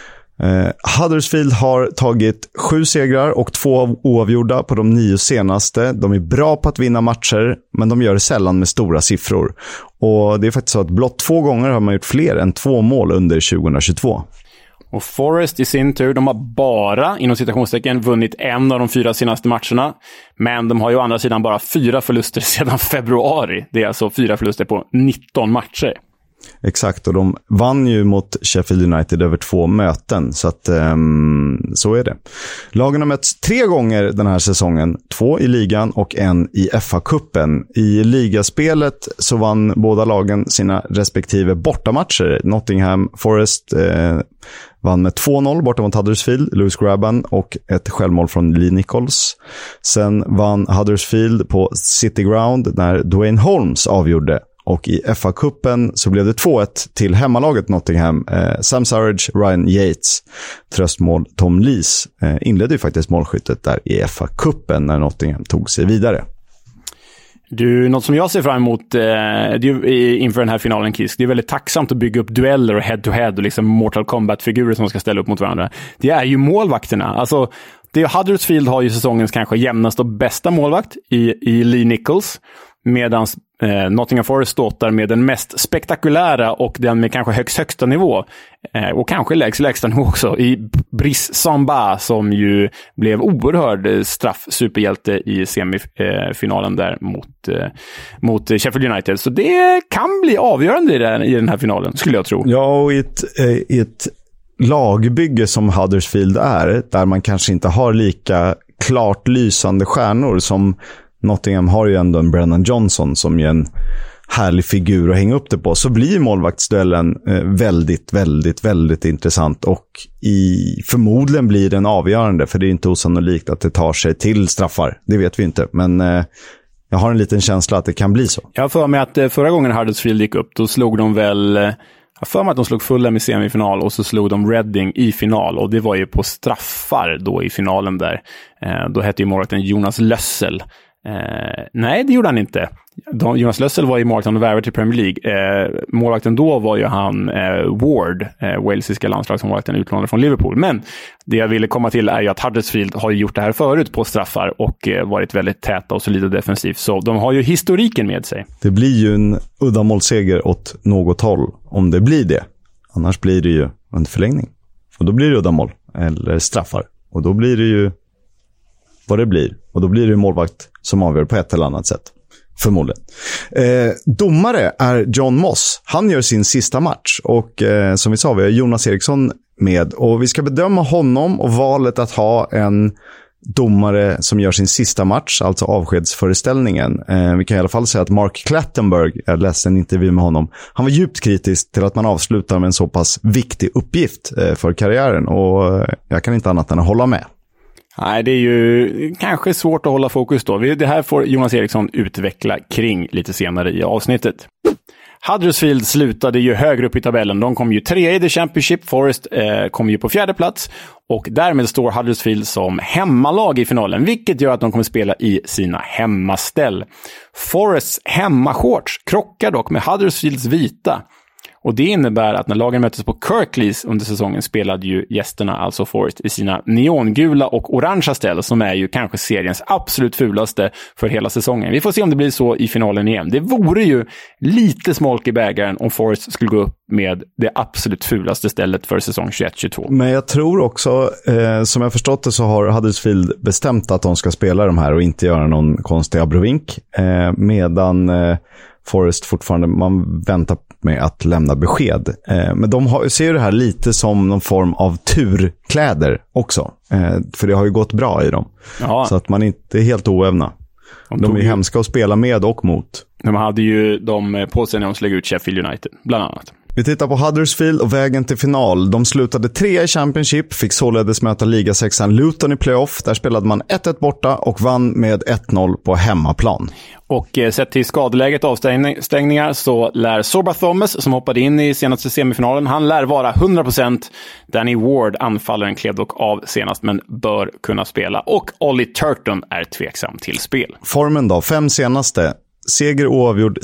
Huddersfield har tagit 7 segrar och 2 oavgjorda på de 9 senaste. De är bra på att vinna matcher, men de gör det sällan med stora siffror. Och det är faktiskt så att blott 2 gånger har man gjort fler än 2 mål under 2022. Och Forest i sin tur, de har bara, inom citationstecken, vunnit en av de 4 senaste matcherna. Men de har ju å andra sidan bara 4 förluster sedan februari. Det är alltså 4 förluster på 19 matcher. Exakt, och de vann ju mot Sheffield United över 2 möten, så att så är det. Lagen har mötts 3 gånger den här säsongen, 2 i ligan och 1 i FA-cupen. I ligaspelet så vann båda lagen sina respektive bortamatcher. Nottingham Forest vann med 2-0 borta mot Huddersfield, Lewis Grabban och ett självmål från Lee Nichols. Sen vann Huddersfield på City Ground när Dwayne Holmes avgjorde. Och i FA-cupen så blev det 2-1 till hemmalaget Nottingham. Sam Surridge, Ryan Yates, tröstmål Tom Lees inledde ju faktiskt målskyttet där i FA-cupen när Nottingham tog sig vidare. Du, något som jag ser fram emot inför den här finalen, Kisk, det är väldigt tacksamt att bygga upp dueller och head-to-head och liksom Mortal Kombat-figurer som ska ställa upp mot varandra. Det är ju målvakterna. Alltså, Huddersfield har ju säsongens kanske jämnaste och bästa målvakt i Lee Nichols, medan Nottingham Forest ståtar med den mest spektakulära och den med kanske högsta nivå och kanske lägsta nivå också i Brice Samba, som ju blev oerhörd straff-superhjälte i semifinalen där mot Sheffield United. Så det kan bli avgörande i den här finalen, skulle jag tro. Ja, och i ett lagbygge som Huddersfield är, där man kanske inte har lika klart lysande stjärnor som Nottingham har, ju ändå en Brennan Johnson som är en härlig figur att hänga upp det på, så blir målvaktsduellen väldigt, väldigt, väldigt intressant, och förmodligen blir den avgörande, för det är inte osannolikt att det tar sig till straffar. Det vet vi inte, men jag har en liten känsla att det kan bli så. Jag har för mig att förra gången Huddersfield gick upp, då slog de väl... Jag för mig att de slog Fulham i semifinal och så slog de Reading i final, och det var ju på straffar då i finalen där. Då hette ju målvakten Jonas Lössel. Nej, det gjorde han inte. Jonas Lössel var ju målvakten och värvade till Premier League. Målvakten då var ju han Ward, walesiska landslagsmålvakten, utlånad från Liverpool. Men det jag ville komma till är ju att Huddersfield har gjort det här förut på straffar och varit väldigt täta och solida defensivt. Så de har ju historiken med sig. Det blir ju en uddamålsseger åt något håll om det blir det. Annars blir det ju en förlängning. Och då blir det uddamål eller straffar. Och då blir det ju vad det blir. Och då blir det målvakt som avgör på ett eller annat sätt. Förmodligen. Domare är John Moss. Han gör sin sista match. Och som vi sa, vi har Jonas Eriksson med. Och vi ska bedöma honom och valet att ha en domare som gör sin sista match, alltså avskedsföreställningen. Vi kan i alla fall säga att Mark Clattenburg, jag läste en intervju med honom, han var djupt kritisk till att man avslutar med en så pass viktig uppgift för karriären. Och jag kan inte annat än att hålla med. Nej, det är ju kanske svårt att hålla fokus då. Det här får Jonas Eriksson utveckla kring lite senare i avsnittet. Huddersfield slutade ju högre upp i tabellen. De kom ju 3 i The Championship. Forest kom ju på 4:e plats. Och därmed står Huddersfield som hemmalag i finalen. Vilket gör att de kommer spela i sina hemmaställ. Forests hemmashorts krockar dock med Huddersfields vita. Och det innebär att när lagen möttes på Kirklees under säsongen spelade ju gästerna, alltså Forest, i sina neongula och orangea ställ som är ju kanske seriens absolut fulaste för hela säsongen. Vi får se om det blir så i finalen igen. Det vore ju lite smolk i bägaren om Forest skulle gå upp med det absolut fulaste stället för säsong 21-22. Men jag tror också, som jag förstått det så har Huddersfield bestämt att de ska spela de här och inte göra någon konstig abrovink. Medan Forest fortfarande, man väntar med att lämna besked. Men de ser ju det här lite som någon form av turkläder också. För det har ju gått bra i dem. Ja. Så att man inte är helt oävna. De är hemska att spela med och mot. De hade ju de på sig när de slog ut Sheffield United, bland annat. Vi tittar på Huddersfield och vägen till final. De slutade 3 i Championship, fick således möta ligasexan Luton i playoff. Där spelade man 1-1 borta och vann med 1-0 på hemmaplan. Och sett till skadeläget avstängningar så lär Sorba Thomas, som hoppade in i senaste semifinalen, han lär vara 100%. Danny Ward, anfallaren, klev dock av senast men bör kunna spela. Och Ollie Turton är tveksam till spel. Formen då, 5 senaste. Seger, oavgjord,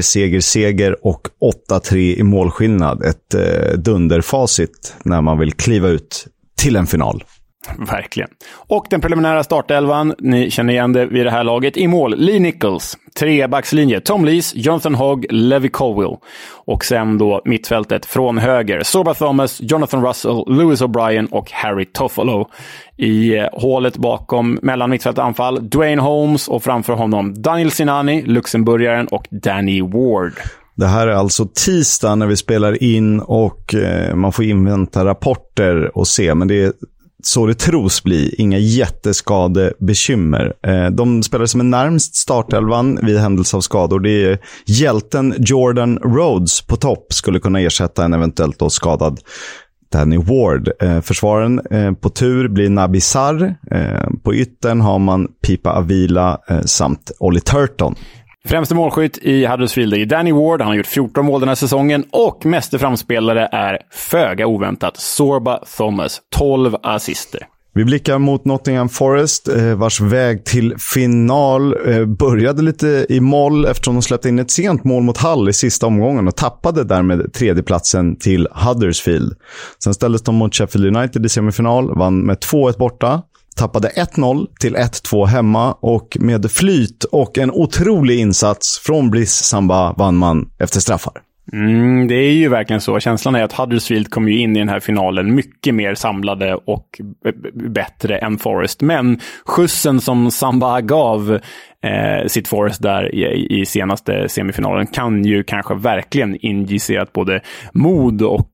seger och 8-3 i målskillnad. Ett dunderfacit när man vill kliva ut till en final. Verkligen. Och den preliminära startelvan, ni känner igen det vid det här laget. I mål, Lee Nichols. 3-backslinje, Tom Lees, Jonathan Hogg, Levi Colwill. Och sen då mittfältet från höger, Sorba Thomas, Jonathan Russell, Lewis O'Brien och Harry Toffolo. I hålet bakom mellan mittfält och anfall, Dwayne Holmes och framför honom Daniel Sinani, luxemburgaren och Danny Ward. Det här är alltså tisdag när vi spelar in och man får invänta rapporter och se, men det är så det tros bli. Inga jätteskadebekymmer. De spelar som en närmst startelvan vid händelse av skador. Det är hjälten Jordan Rhodes på topp skulle kunna ersätta en eventuellt då skadad Danny Ward. Försvaren på tur blir Naby Sarr. På yttern har man Pipa Avila samt Ollie Turton. Främste målskytt i Huddersfield är Danny Ward. Han har gjort 14 mål den här säsongen. Och meste framspelare är föga oväntat Sorba Thomas. 12 assister. Vi blickar mot Nottingham Forest, vars väg till final började lite i moll eftersom de släppte in ett sent mål mot Hull i sista omgången och tappade därmed tredjeplatsen till Huddersfield. Sen ställdes de mot Sheffield United i semifinal, vann med 2-1 borta. Tappade 1-0 till 1-2 hemma och med flyt och en otrolig insats från Brice Samba vann man efter straffar. Det är ju verkligen så. Känslan är att Huddersfield kom ju in i den här finalen mycket mer samlade och bättre än Forest. Men skjutsen som Samba gav sitt Forest där i senaste semifinalen kan ju kanske verkligen injicerat både mod och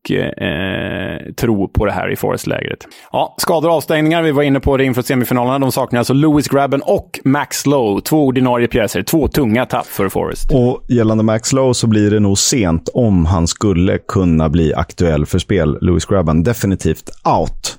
tro på det här i Forest-lägret. Ja, skador och avstängningar, vi var inne på det inför semifinalerna. De saknar alltså Lewis Grabban och Max Lowe, 2 ordinarie pjäser, 2 tunga tapp för Forest. Och gällande Max Lowe så blir det nog sent om han skulle kunna bli aktuell för spel. Lewis Grabban definitivt out.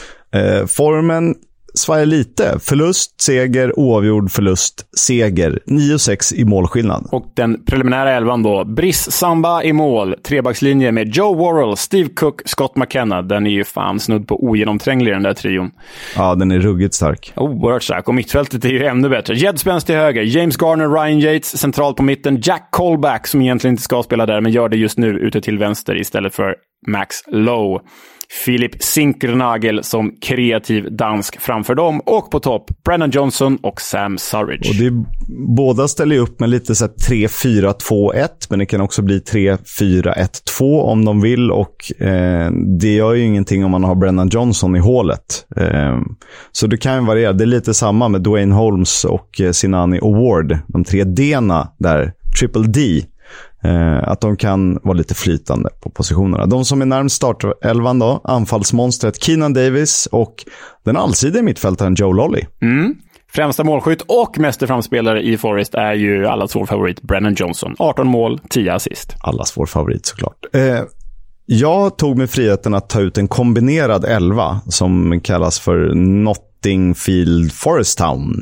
Formen svajar lite. Förlust, seger, oavgjord, förlust, seger. 9-6 i målskillnad. Och den preliminära elvan då. Brice Samba i mål. 3-backslinje med Joe Worrell, Steve Cook, Scott McKenna. Den är ju fan snudd på ogenomtränglig den där trion. Ja, den är ruggigt stark. Oerhört stark. Och mittfältet är ju ännu bättre. Jed Spence till höger. James Garner, Ryan Yates centralt på mitten. Jack Colback som egentligen inte ska spela där men gör det just nu ute till vänster istället för Max Lowe. Philip Sinkernagel som kreativ dansk framför dem. Och på topp, Brennan Johnson och Sam Surridge. Och båda ställer upp med lite så 3-4-2-1. Men det kan också bli 3-4-1-2 om de vill. Och det gör ju ingenting om man har Brennan Johnson i hålet. Så det kan ju variera. Det är lite samma med Dwayne Holmes och Sinani och Ward. De 3 D'na där. Triple D. Att de kan vara lite flytande på positionerna. De som är närmast startelvan då, anfallsmonstret Keenan Davis och den allsidiga mittfältaren Joe Lolly. Främsta målskytt och meste framspelare i Forest är ju allas vår favorit Brennan Johnson. 18 mål, 10 assist. Allas vår favorit såklart. Jag tog mig friheten att ta ut en kombinerad 11 som kallas för Nottingfield Forest Town.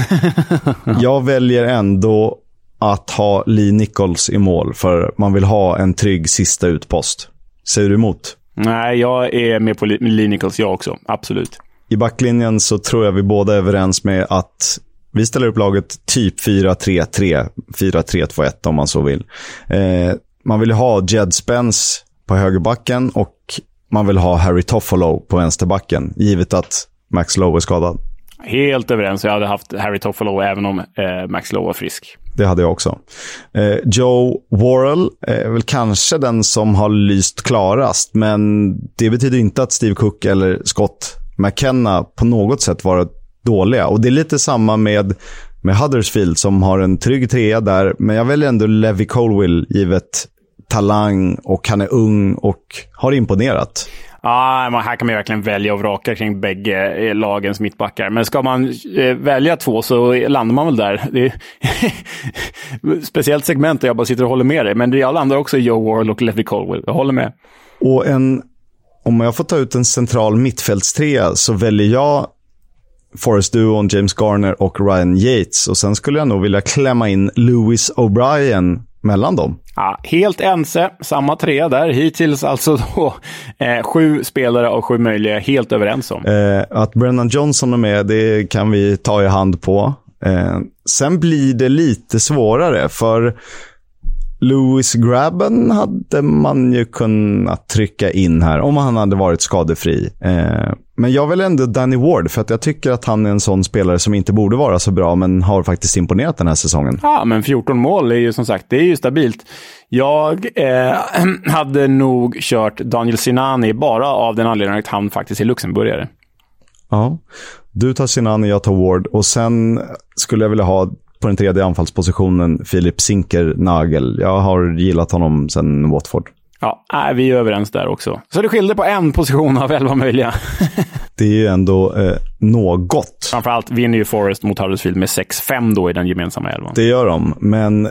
Jag väljer ändå att ha Lee Nichols i mål, för man vill ha en trygg sista utpost. Säger du emot? Nej, jag är med på Lee Nichols, jag också. Absolut. I backlinjen så tror jag vi båda är överens med att vi ställer upp laget typ 4-3-3, 4-3-2-1 om man så vill. Man vill ha Jed Spence på högerbacken och man vill ha Harry Toffolo på vänsterbacken, givet att Max Lowe är skadad. Helt överens. Jag hade haft Harry Toffolo även om Max Lowe var frisk. Det hade jag också. Joe Worrell är väl kanske den som har lyst klarast, men det betyder inte att Steve Cook eller Scott McKenna på något sätt var dåliga. Och det är lite samma med Huddersfield som har en trygg trea där, men jag väljer ändå Levi Colwill givet talang, och han är ung och har imponerat. Ja, här kan man verkligen välja och vraka kring bägge lagens mittbackar. Men ska man välja två så landar man väl där. Det är speciellt segment där jag bara sitter och håller med dig. Men jag landar också i Joe Worrell och Levi Colwill. Jag håller med. Och om jag får ta ut en central mittfältstrea så väljer jag Forrest-duon James Garner och Ryan Yates. Och sen skulle jag nog vilja klämma in Lewis O'Brien mellan dem. Ja, helt ense, samma tre där. Hittills alltså då 7 spelare av 7 möjliga, helt överens om. Att Brennan Johnson är med, det kan vi ta i hand på. Sen blir det lite svårare, för Lewis Grabban hade man ju kunnat trycka in här om han hade varit skadefri. Men jag vill ändå Danny Ward, för att jag tycker att han är en sån spelare som inte borde vara så bra, men har faktiskt imponerat den här säsongen. Ja, men 14 mål är ju som sagt, det är ju stabilt. Jag hade nog kört Daniel Sinani bara av den anledningen att han faktiskt är luxemburgare. Ja, du tar Sinani, jag tar Ward. Och sen skulle jag vilja ha på den tredje anfallspositionen Philip Zinckernagel. Jag har gillat honom sedan Watford. Ja, vi är överens där också. Så det skilde på en position av 11 möjliga. Det är ju ändå något. Framförallt vinner ju Forest mot Huddersfield med 6-5 då i den gemensamma 11. Det gör de, men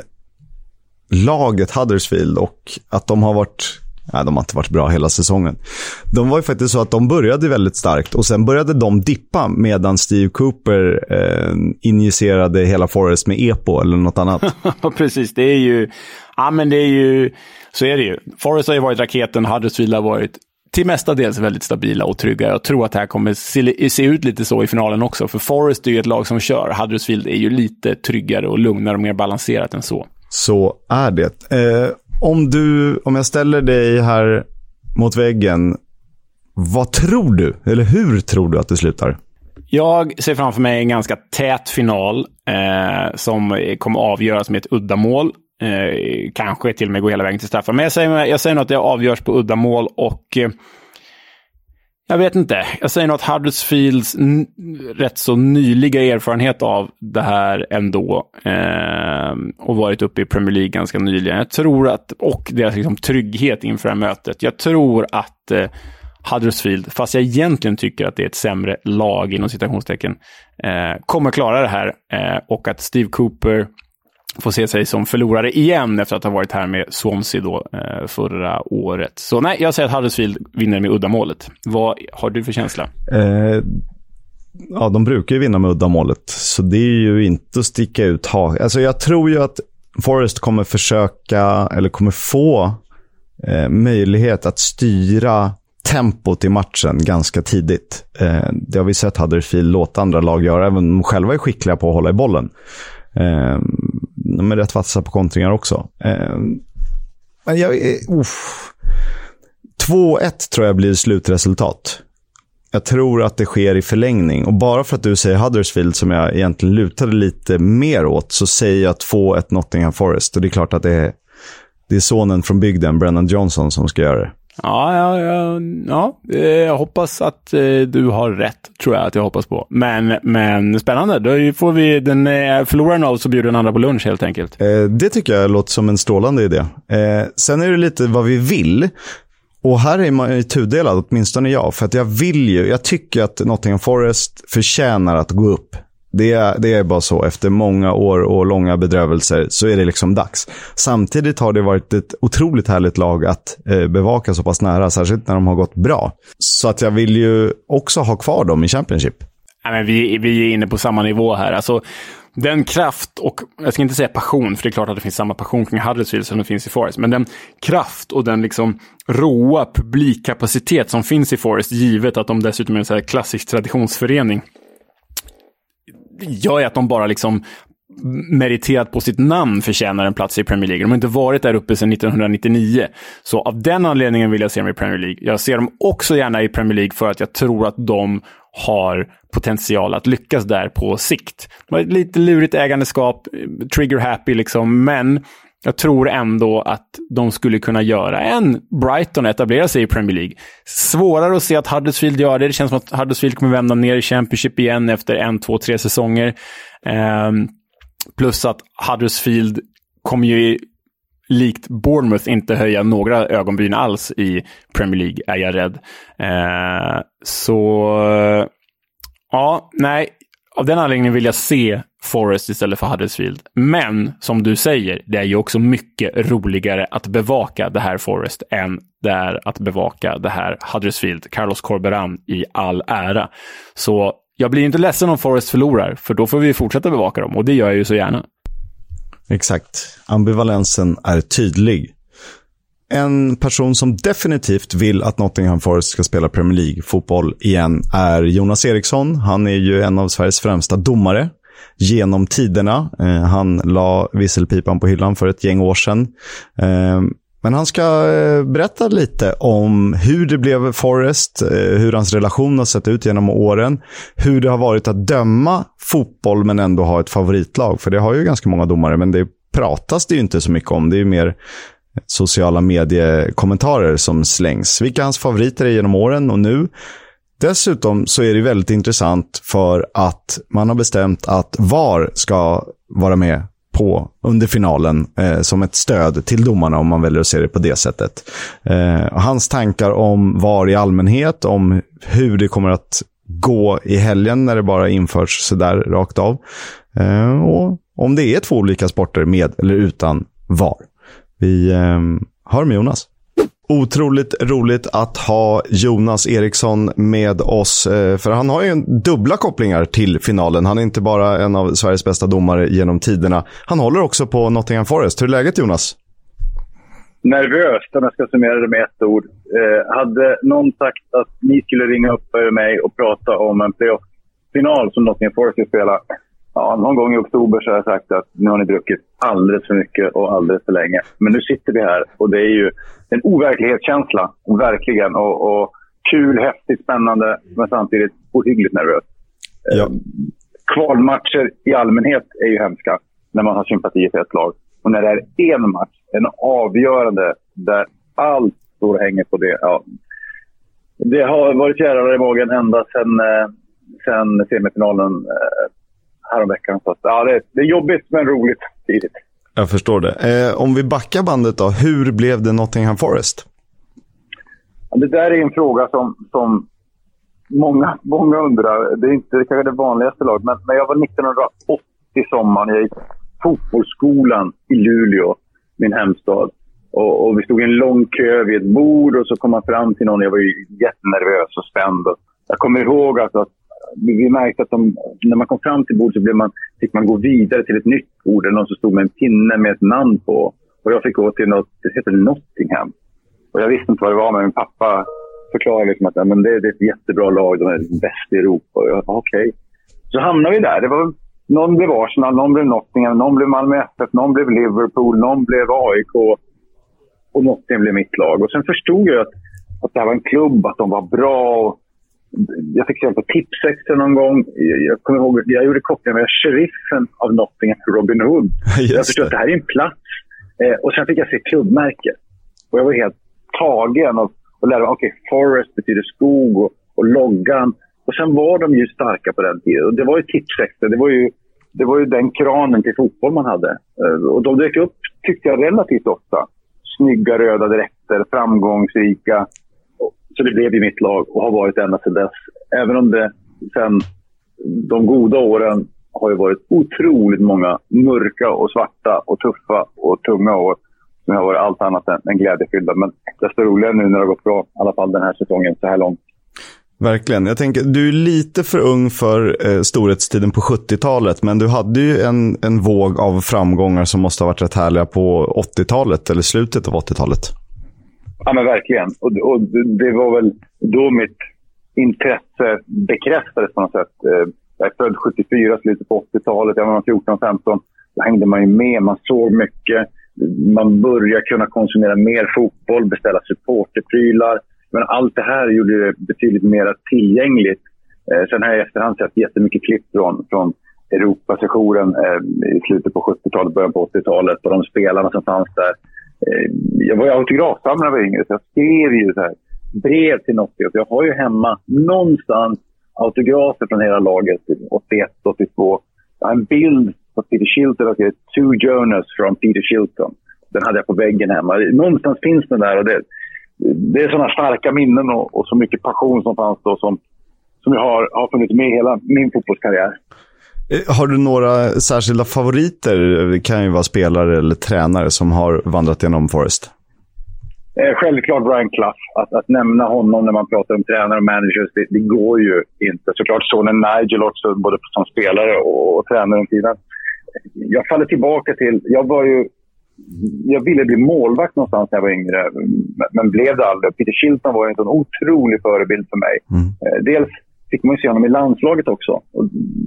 laget Huddersfield och att de har varit... Nej, de har inte varit bra hela säsongen. De var ju faktiskt så att de började väldigt starkt och sen började de dippa medan Steve Cooper injicerade hela Forest med EPO eller något annat. Precis, det är ju... Ja, men det är ju... Så är det ju. Forest har ju varit raketen, Huddersfield har varit till mestadels väldigt stabila och trygga. Jag tror att det här kommer se ut lite så i finalen också. För Forest är ju ett lag som kör. Huddersfield är ju lite tryggare och lugnare och mer balanserat än så. Så är det. Om jag ställer dig här mot väggen, vad tror du? Eller hur tror du att det slutar? Jag ser framför mig en ganska tät final som kommer avgöras med ett uddamål. Kanske till och med gå hela vägen till straffar. Men jag säger nog att det avgörs på uddamål och jag vet inte. Jag säger nog att Huddersfields rätt så nyliga erfarenhet av det här ändå och varit uppe i Premier League ganska nyligen. Jag tror att, och deras liksom trygghet inför det här mötet. Jag tror att Huddersfield, fast jag egentligen tycker att det är ett sämre lag inom citationstecken, kommer klara det här och att Steve Cooper får se sig som förlorare igen efter att ha varit här med Swansea då förra året. Så nej, jag säger att Huddersfield vinner med uddamålet. Vad har du för känsla? Ja, de brukar ju vinna med uddamålet. Så det är ju inte att sticka ut. Alltså jag tror ju att Forest kommer försöka, eller kommer få möjlighet att styra tempot i matchen ganska tidigt. Det har vi sett Huddersfield låta andra lag göra, även om de själva är skickliga på att hålla i bollen. De är rätt vassa på kontringar också. Men 2-1 tror jag blir slutresultat. Jag tror att det sker i förlängning. Och bara för att du säger Huddersfield, som jag egentligen lutade lite mer åt, så säger jag 2-1 Nottingham Forest. Och det är klart att det är sonen från bygden, Brennan Johnson, som ska göra det. Ja, jag hoppas att du har rätt, tror jag att jag hoppas på. Men spännande, då får vi den förloraren av så bjuder den andra på lunch helt enkelt. Det tycker jag låter som en strålande idé. Sen är det lite vad vi vill. Och här är man ju tudelad, åtminstone jag. För att jag tycker att Nottingham Forest förtjänar att gå upp. Det är bara så. Efter många år och långa bedrövelser så är det liksom dags. Samtidigt har det varit ett otroligt härligt lag att bevaka så pass nära, särskilt när de har gått bra. Så att jag vill ju också ha kvar dem i Championship. men vi är inne på samma nivå här. Alltså, den kraft och, jag ska inte säga passion, för det är klart att det finns samma passion kring Huddersfield som det finns i Forest, men den kraft och den liksom råa publikkapacitet som finns i Forest, givet att de dessutom är en så här klassisk traditionsförening, gör att de bara liksom meriterat på sitt namn förtjänar en plats i Premier League. De har inte varit där uppe sedan 1999. Så av den anledningen vill jag se dem i Premier League. Jag ser dem också gärna i Premier League för att jag tror att de har potential att lyckas där på sikt. De har ett lite lurigt ägandeskap, trigger happy liksom, men jag tror ändå att de skulle kunna göra en Brighton etablera sig i Premier League. Svårare att se att Huddersfield gör det. Det känns som att Huddersfield kommer vända ner i Championship igen efter 1, 2, 3 säsonger. Plus att Huddersfield kommer ju likt Bournemouth inte höja några ögonbryn alls i Premier League, är jag rädd. Av den anledningen vill jag se Forest istället för Huddersfield. Men, som du säger, det är ju också mycket roligare att bevaka det här Forest än det är att bevaka det här Huddersfield. Carlos Corberán i all ära. Så jag blir inte ledsen om Forest förlorar, för då får vi fortsätta bevaka dem, och det gör jag ju så gärna. Exakt. Ambivalensen är tydlig. En person som definitivt vill att Nottingham Forest ska spela Premier League-fotboll igen är Jonas Eriksson. Han är ju en av Sveriges främsta domare genom tiderna. Han la visselpipan på hyllan för ett gäng år sedan. Men han ska berätta lite om hur det blev Forest, hur hans relation har sett ut genom åren, hur det har varit att döma fotboll men ändå ha ett favoritlag. För det har ju ganska många domare, men det pratas det ju inte så mycket om. Det är ju mer sociala mediekommentarer som slängs. Vilka hans favoriter är genom åren och nu. Dessutom så är det väldigt intressant för att man har bestämt att VAR ska vara med under finalen som ett stöd till domarna, om man väljer att se det på det sättet. Hans tankar om VAR i allmänhet, om hur det kommer att gå i helgen när det bara införs så där rakt av. Och om det är 2 olika sporter med eller utan VAR. Vi hör med Jonas. Otroligt roligt att ha Jonas Eriksson med oss, för han har ju dubbla kopplingar till finalen. Han är inte bara en av Sveriges bästa domare genom tiderna. Han håller också på Nottingham Forest. Hur är läget, Jonas? Nervöst, om jag ska summera det med ett ord. Hade någon sagt att ni skulle ringa upp mig och prata om en playoff-final som Nottingham Forest ska spela, någon gång i oktober så har jag sagt att nu har ni druckit alldeles för mycket och alldeles för länge. Men nu sitter vi här och det är ju en overklighetskänsla, verkligen. Och kul, häftigt, spännande, men samtidigt ohyggligt nervös. Ja. Kvalmatcher i allmänhet är ju hemska när man har sympati för ett lag. Och när det är en match, en avgörande, där allt står och hänger på det. Ja. Det har varit jävlar i magen ända sen semifinalen häromveckan. Så det är jobbigt men roligt tidigt. Jag förstår det. Om vi backar bandet då, hur blev det Nottingham Forest? Det där är en fråga som många undrar. Det är inte kanske det vanligaste laget, men jag var 1980 sommaren. Jag gick fotbollsskolan i Luleå, min hemstad. Och vi stod i en lång kö vid ett bord och så kom man fram till någon. Jag var ju jättenervös och spänd. Jag kommer ihåg att vi märkte att när man kom fram till bord så fick man gå vidare till ett nytt bord där någon som stod med en pinne med ett namn på. Och jag fick gå till något, det heter Nottingham. Och jag visste inte vad det var, men min pappa förklarade liksom att men det är ett jättebra lag, de är bäst i Europa. Och jag okej. Så hamnade vi där. Det var, någon blev Arsenal, någon blev Nottingham, någon blev Malmö FF, någon blev Liverpool, någon blev AIK och Nottingham blev mitt lag. Och sen förstod jag att det här var en klubb, att de var bra. Jag fick se på Tipsextra någon gång. Jag kommer ihåg, jag gjorde kopplingen med sheriffen av Nottingham, Robin Hood. Jag förstod att det här är en plats. Och sen fick jag se klubbmärket. Och jag var helt tagen och lärde mig, Forest betyder skog och loggan. Och sen var de ju starka på den tiden. Och det var ju Tipsextra. Det var ju den kranen till fotboll man hade. Och de dök upp, tyckte jag, relativt ofta. Snygga röda dräkter, framgångsrika. Så det blev ju mitt lag och har varit ända sedan dess. Även om det sen de goda åren har ju varit otroligt många mörka och svarta och tuffa och tunga år som har varit allt annat än glädjefyllda. Men desto roligare nu när det har gått bra, i alla fall den här säsongen så här långt. Verkligen. Jag tänker, du är lite för ung för storhetstiden på 70-talet, men du hade ju en våg av framgångar som måste ha varit rätt härliga på 80-talet eller slutet av 80-talet. Ja, men verkligen. Och det var väl då mitt intresse bekräftades på något sätt. Jag är född 74, slutet på 80-talet. Jag var 14-15. Då hängde man ju med, man såg mycket. Man började kunna konsumera mer fotboll, beställa supporterprylar. Men allt det här gjorde det betydligt mer tillgängligt. Sen har jag i efterhand sett jättemycket klipp från Europasessionen i slutet på 70-talet, början på 80-talet. Och de spelarna som fanns där. Jag var ju autografsamlare när jag var yngre, så jag skrev ju så här brev till något. Jag har ju hemma någonstans autografer från hela laget 81-82. Jag har en bild på Peter Shilton, To Jonas från Peter Shilton. Den hade jag på väggen hemma. Någonstans finns den där, och det är sådana starka minnen och så mycket passion som fanns då som jag har funnits med hela min fotbollskarriär. Har du några särskilda favoriter? Det kan ju vara spelare eller tränare som har vandrat genom Forest. Självklart Brian Clough. Att nämna honom när man pratar om tränare och managers, det går ju inte. Såklart sonen Nigel också, både som spelare och tränare om tiden. Jag faller tillbaka till, jag ville bli målvakt någonstans när jag var yngre, men blev det aldrig. Peter Shilton var en sån otrolig förebild för mig. Dels fick man ju se honom i landslaget också. Och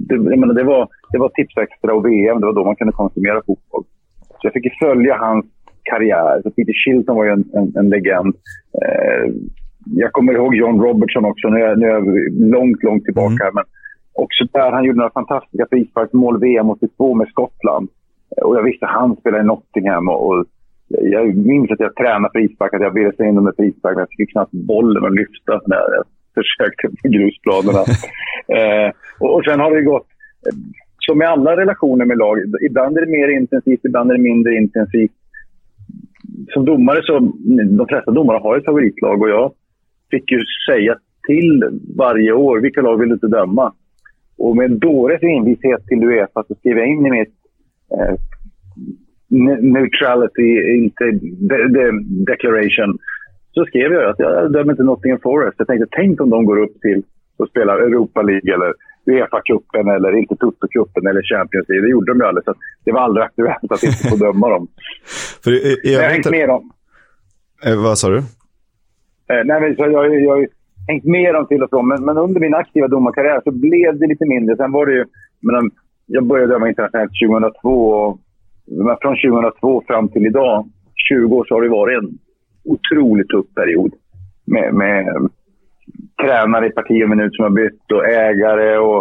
det var Tipsextra och VM, det var då man kunde konsumera fotboll. Så jag fick ju följa hans karriär. Så Peter Shilton var ju en legend. Jag kommer ihåg John Robertson också, nu är jag långt tillbaka. Men också där, han gjorde några fantastiska frisparksmål VM 82 med Skottland. Och jag visste han spelade i Nottingham. Och jag minns att jag tränade frispark, att jag ville se in med frispark, men jag fick knappt bollen och lyfta när jag försökte på grusplanerna. Och sen har det gått, som med alla relationer med lag, ibland är det mer intensivt, ibland är det mindre intensivt. Som domare så, de flesta domare har ett favoritlag, och jag fick ju säga till varje år vilka lag vill du inte döma. Och med en dåres envishet till UEFA så skrev jag in i mitt neutrality declaration, så skrev jag att jag dömer inte Nottingham Forest. Jag tänkte, tänk om de går upp till och spelar Europa League eller UEFA-cupen eller inte Toto-cupen eller Champions League. Det gjorde de ju aldrig, så det var aldrig aktuellt att inte få döma dem. För jag har hängt med dem. Vad sa du? Nej, men så jag har hängt med dem till och från, men under min aktiva domarkarriär så blev det lite mindre. Sen var det ju, men jag började döma internationellt 2002, men från 2002 fram till idag, 20 år, så har det varit en otroligt tuff period med tränare i parti och minut som har bytt, och ägare och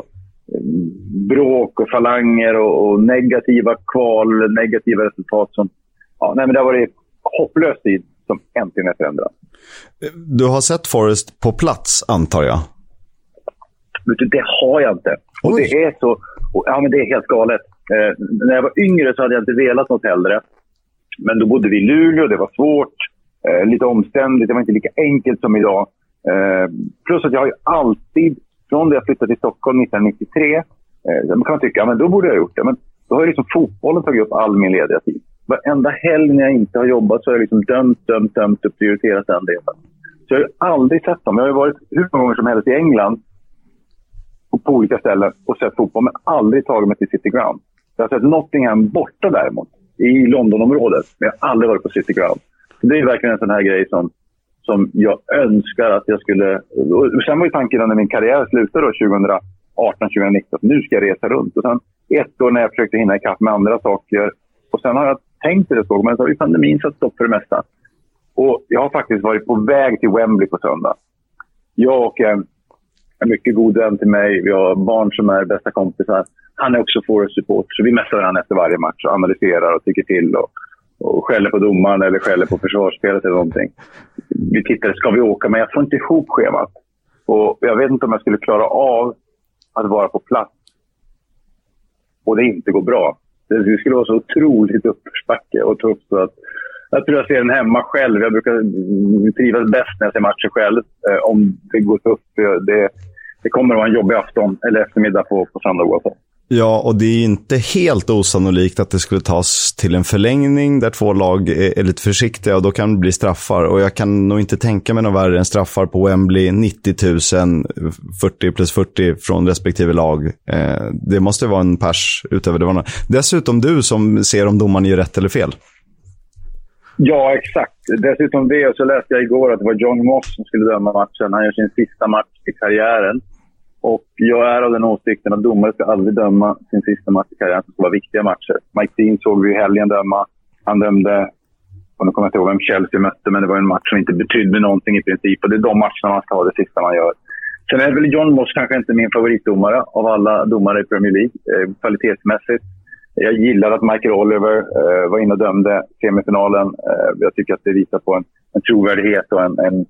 bråk och falanger och negativa kval, negativa resultat som, men det har varit hopplös tid som äntligen är förändrad. Du har sett Forest på plats, antar jag? Det har jag inte. Och det är så, men det är helt galet. När jag var yngre så hade jag inte velat något hellre. Men då bodde vi i Luleå, det var svårt, lite omständigt, det var inte lika enkelt som idag. Plus att jag har ju alltid, från det jag flyttade till Stockholm 1993, man kan tycka, men då borde jag ha gjort det. Men då har ju liksom fotbollen tagit upp all min lediga tid. Varenda helg när jag inte har jobbat så har jag liksom dömt och prioriterat den delen. Så jag har ju aldrig sett dem. Jag har ju varit hur många gånger som helst i England och på olika ställen och sett fotboll, men aldrig tagit mig till City Ground. Jag har sett Nottingham borta däremot, i Londonområdet, men jag har aldrig varit på City Ground. Så det är verkligen en sån här grej som jag önskar att jag skulle... Och sen var ju tanken när min karriär slutade då 2018-2019, nu ska jag resa runt. Och sen ett år när jag försökte hinna ikapp med andra saker. Och sen har jag tänkt det så, men så har ju pandemin satt stopp för det mesta. Och jag har faktiskt varit på väg till Wembley på söndag. Jag och en mycket god vän till mig, vi har barn som är bästa kompisar. Han är också Forest support, så vi mässar han efter varje match och analyserar och tycker till och skäller på domaren eller skäller på försvarsspelet eller någonting. Vi tittar, ska vi åka? Men jag får inte ihop schemat. Och jag vet inte om jag skulle klara av att vara på plats och det inte går bra. Det skulle vara så otroligt uppförsbacke och tufft, så att jag tror jag ser den hemma själv. Jag brukar trivas bäst när jag ser matcher själv. Om det går tufft, det kommer att vara en jobbig afton eller eftermiddag på söndag oavsett. Ja, och det är inte helt osannolikt att det skulle tas till en förlängning där två lag är lite försiktiga och då kan det bli straffar. Och jag kan nog inte tänka mig något värre än straffar på Wembley, 90 000, 40 plus 40 från respektive lag. Det måste vara en pers utöver det vanliga. Dessutom du som ser om domaren gör rätt eller fel. Ja, exakt. Dessutom det så läste jag igår att det var John Moss som skulle döma matchen. Han gör sin sista match i karriären. Och jag är av den åsikten att domare ska aldrig döma sin sista match i karriären som ska vara viktiga matcher. Mike Dean såg vi i helgen döma. Han dömde, och nu kommer jag inte ihåg vem Chelsea mötte, men det var en match som inte betydde någonting i princip. Och det är de matcherna man ska ha det sista man gör. Sen är väl John Moss kanske inte min favoritdomare av alla domare i Premier League, kvalitetsmässigt. Jag gillar att Michael Oliver var inne och dömde semifinalen. Jag tycker att det visar på en trovärdighet och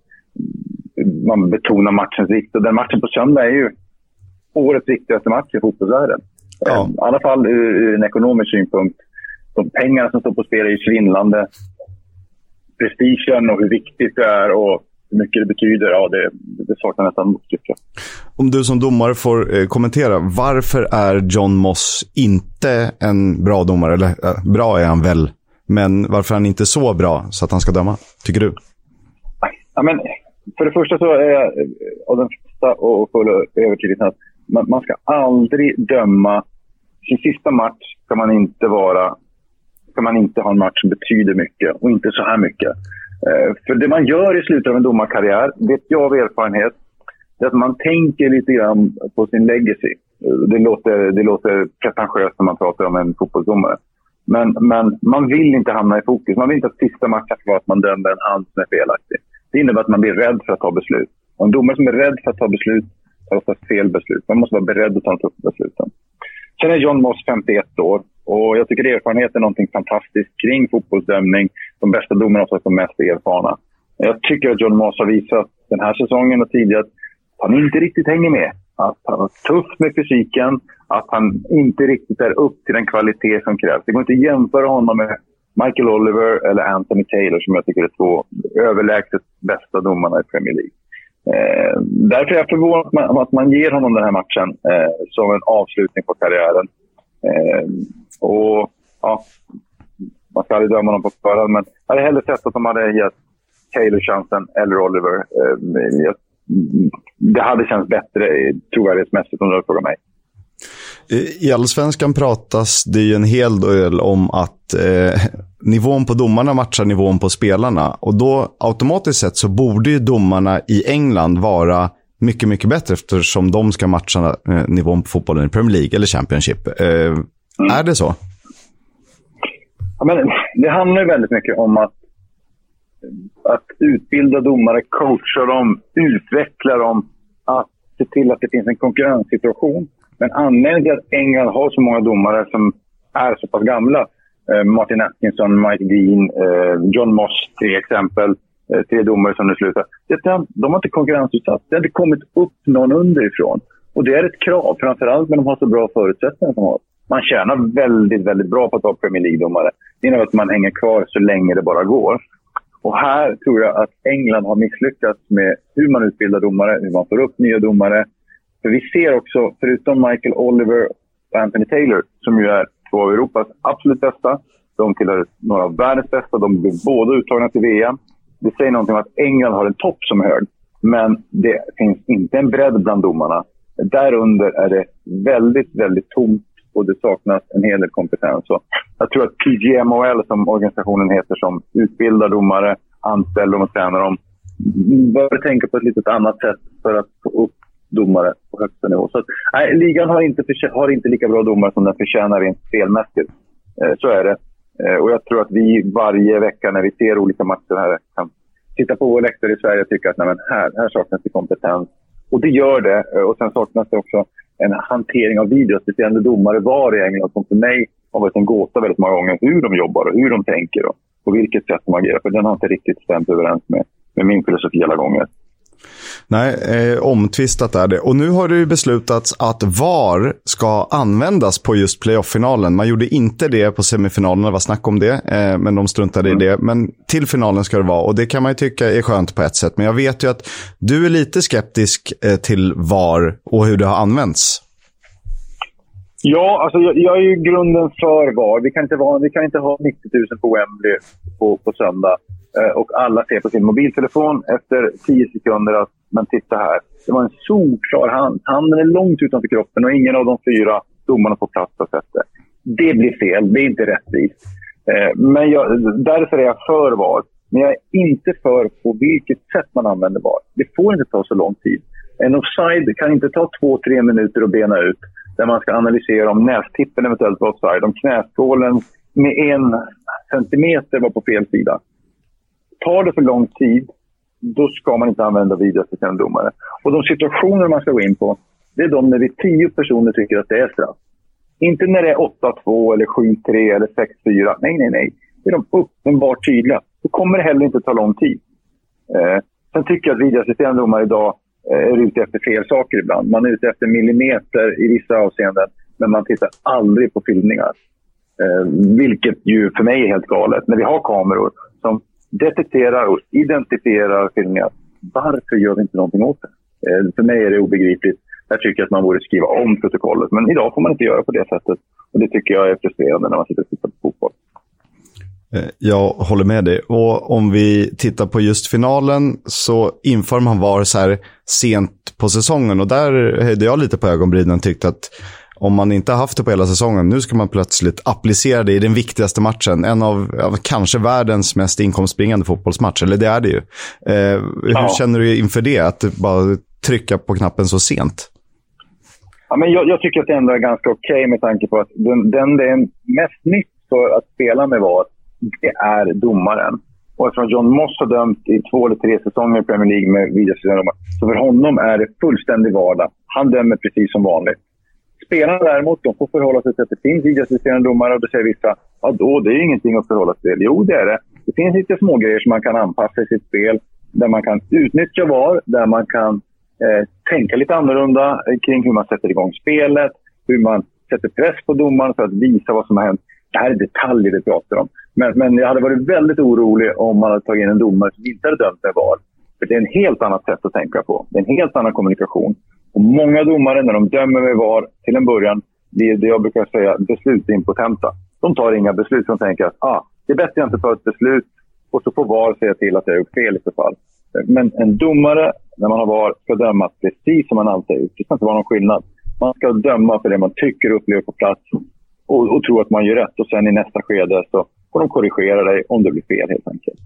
man betonar matchens vikt. Och den matchen på söndag är ju årets viktigaste match i fotbollsvärlden. Ja. I alla fall ur en ekonomisk synpunkt. De pengarna som står på spel är ju svindlande. Prestigen och hur viktigt det är och hur mycket det betyder, ja, det saknar nästan motstycke. Om du som domare får kommentera, varför är John Moss inte en bra domare? Eller bra är han väl, men varför är han inte så bra så att han ska döma, tycker du? Ja, men för det första så är jag av den första och full övertygelse att man ska aldrig döma sin sista match. Ska man inte ha en match som betyder mycket och inte så här mycket. För det man gör i slutet av en domarkarriär, vet jag av erfarenhet, är att man tänker lite grann på sin legacy. Det låter pretentiöst när man pratar om en fotbollsdomare. Men man vill inte hamna i fokus. Man vill inte att sista matchen ska vara att man dömer en hand som är felaktig. Det innebär att man blir rädd för att ta beslut. Och en domare som är rädd för att ta beslut tar ofta fel beslut. Man måste vara beredd att ta upp besluten. Sen är John Moss 51 år. Och jag tycker erfarenhet är någonting fantastiskt kring fotbollsdömning. De bästa domarna är de mest erfarna. Jag tycker att John Moss har visat den här säsongen och tidigare att han inte riktigt hänger med. Att han är tuff med fysiken. Att han inte riktigt är upp till den kvalitet som krävs. Det går inte att jämföra honom med Michael Oliver eller Anthony Taylor som jag tycker är två överlägset bästa domarna i Premier League. Därför är jag förvånad att man ger honom den här matchen som en avslutning på karriären. Och ja, man ska aldrig döma honom på förhand, men jag hade hellre sett att de hade gett Taylor chansen eller Oliver. Det hade känts bättre trovärdighetsmässigt om du frågar mig. I Allsvenskan pratas det ju en hel del om att nivån på domarna matchar nivån på spelarna. Och då automatiskt sett så borde ju domarna i England vara mycket, mycket bättre eftersom de ska matcha nivån på fotbollen i Premier League eller Championship. Är det så? Ja, men det handlar ju väldigt mycket om att utbilda domare, coacha dem, utveckla dem, att se till att det finns en konkurrenssituation. Men anledningen till att England har så många domare som är så pass gamla, Martin Atkinson, Mike Dean, John Moss, 3 exempel, 3 domare som nu slutar. De har inte konkurrensutsatt. Det har inte kommit upp någon underifrån. Och det är ett krav, framförallt när de har så bra förutsättningar som de har. Man tjänar väldigt, väldigt bra på att vara Premier League-domare. Det innebär att man hänger kvar så länge det bara går. Och här tror jag att England har misslyckats med hur man utbildar domare, hur man får upp nya domare. För vi ser också, förutom Michael Oliver och Anthony Taylor, som ju är 2 av Europas absolut bästa, de tillhör några av världens bästa, de blir båda uttagna till VM. Det säger någonting om att England har en topp som är hög, men det finns inte en bredd bland domarna. Därunder är det väldigt, väldigt tomt och det saknas en hel del kompetens. Så jag tror att PGMOL, som organisationen heter, som utbildar domare, anställer dem och tränar dem, bör tänka på ett lite annat sätt för att få upp domare på högsta nivå. Så att, ligan har inte lika bra domare som den förtjänar rent spelmässigt. Så är det. Och jag tror att vi varje vecka när vi ser olika matcher här kan titta på vår läktare i Sverige och tycka att nej, men här saknas det kompetens. Och det gör det. Och sen saknas det också en hantering av videos. Det är domare var i England som för mig har varit en gåta väldigt många gånger hur de jobbar och hur de tänker och på vilket sätt de agerar. För den har inte riktigt stämt överens med min filosofi alla gånger. Nej, omtvistat är det. Och nu har det ju beslutats att VAR ska användas på just playoff-finalen. Man gjorde inte det på semifinalen, det var snack om det, men de struntade i det. Men till finalen ska det vara, och det kan man ju tycka är skönt på ett sätt. Men jag vet ju att du är lite skeptisk till VAR och hur det har använts. Ja, alltså jag är ju grunden för VAR. Vi kan inte ha 90 000 på Wembley på söndag. Och alla ser på sin mobiltelefon efter 10 sekunder att men titta här. Det var en solklar hand. Handen är långt utanför kroppen och ingen av de 4 domarna på plats har sett det. Det blir fel. Det är inte rättvist. Men därför är jag för VAR. Men jag är inte för på vilket sätt man använder VAR. Det får inte ta så lång tid. En offside kan inte ta 2-3 minuter att bena ut. Där man ska analysera om nästippen eventuellt var offside. Om knäskålen med 1 centimeter var på fel sida. Tar det för lång tid, då ska man inte använda videoassisterande domare. Och de situationer man ska gå in på, det är de när vi 10 personer tycker att det är straff. Inte när det är 8-2 eller 7-3 eller 6-4. Nej. Det är de uppenbart tydliga. Då kommer det heller inte ta lång tid. Sen tycker jag att videoassisterande domare idag är ute efter fel saker ibland. Man är ute efter millimeter i vissa avseenden, men man tittar aldrig på filmningar. Vilket ju för mig är helt galet. När vi har kameror som detekterar och identifierar filmningar, varför gör vi inte någonting åt det? För mig är det obegripligt. Jag tycker att man borde skriva om protokollet, men idag får man inte göra på det sättet. Och det tycker jag är frustrerande när man sitter och tittar på fotboll. Jag håller med dig. Och om vi tittar på just finalen så inför man VAR så här sent på säsongen. Och där höjde jag lite på ögonbrynen och tyckte att om man inte har haft det på hela säsongen, nu ska man plötsligt applicera det i den viktigaste matchen. En av kanske världens mest inkomstbringande fotbollsmatch. Eller det är det ju. Hur känner du inför det? Att bara trycka på knappen så sent? Ja, men jag tycker att det ändå är ganska okej med tanke på att den det är mest nytt för att spela med VAR, det är domaren. Och eftersom John Moss har dömt i 2 eller 3 säsonger i Premier League med videoassisterande domare, så för honom är det fullständig vardag. Han dömer precis som vanligt. Spelarna däremot, de får förhålla sig till att det finns videoassisterande domare och då säger vissa, ja då, det är ingenting att förhålla sig till. Jo, det är det. Det finns lite små grejer som man kan anpassa i sitt spel, där man kan utnyttja VAR, där man kan tänka lite annorlunda kring hur man sätter igång spelet, hur man sätter press på domaren för att visa vad som har hänt. Det här är detaljer vi pratar om. Men jag hade varit väldigt orolig om man hade tagit in en domare som inte hade dömt med VAR. För det är en helt annat sätt att tänka på. Det är en helt annan kommunikation. Och många domare, när de dömer med VAR till en början, blir det jag brukar säga beslutsimpotenta. De tar inga beslut som tänker att det är bättre att jag inte tar ett beslut och så får VAR säga till att jag har gjort fel i så fall. Men en domare, när man har VAR, ska döma precis som man alltid har gjort. Det ska inte vara någon skillnad. Man ska döma för det man tycker och upplever på plats och tro att man gör rätt. Och sen i nästa skede så får de korrigera dig om det blir fel helt enkelt.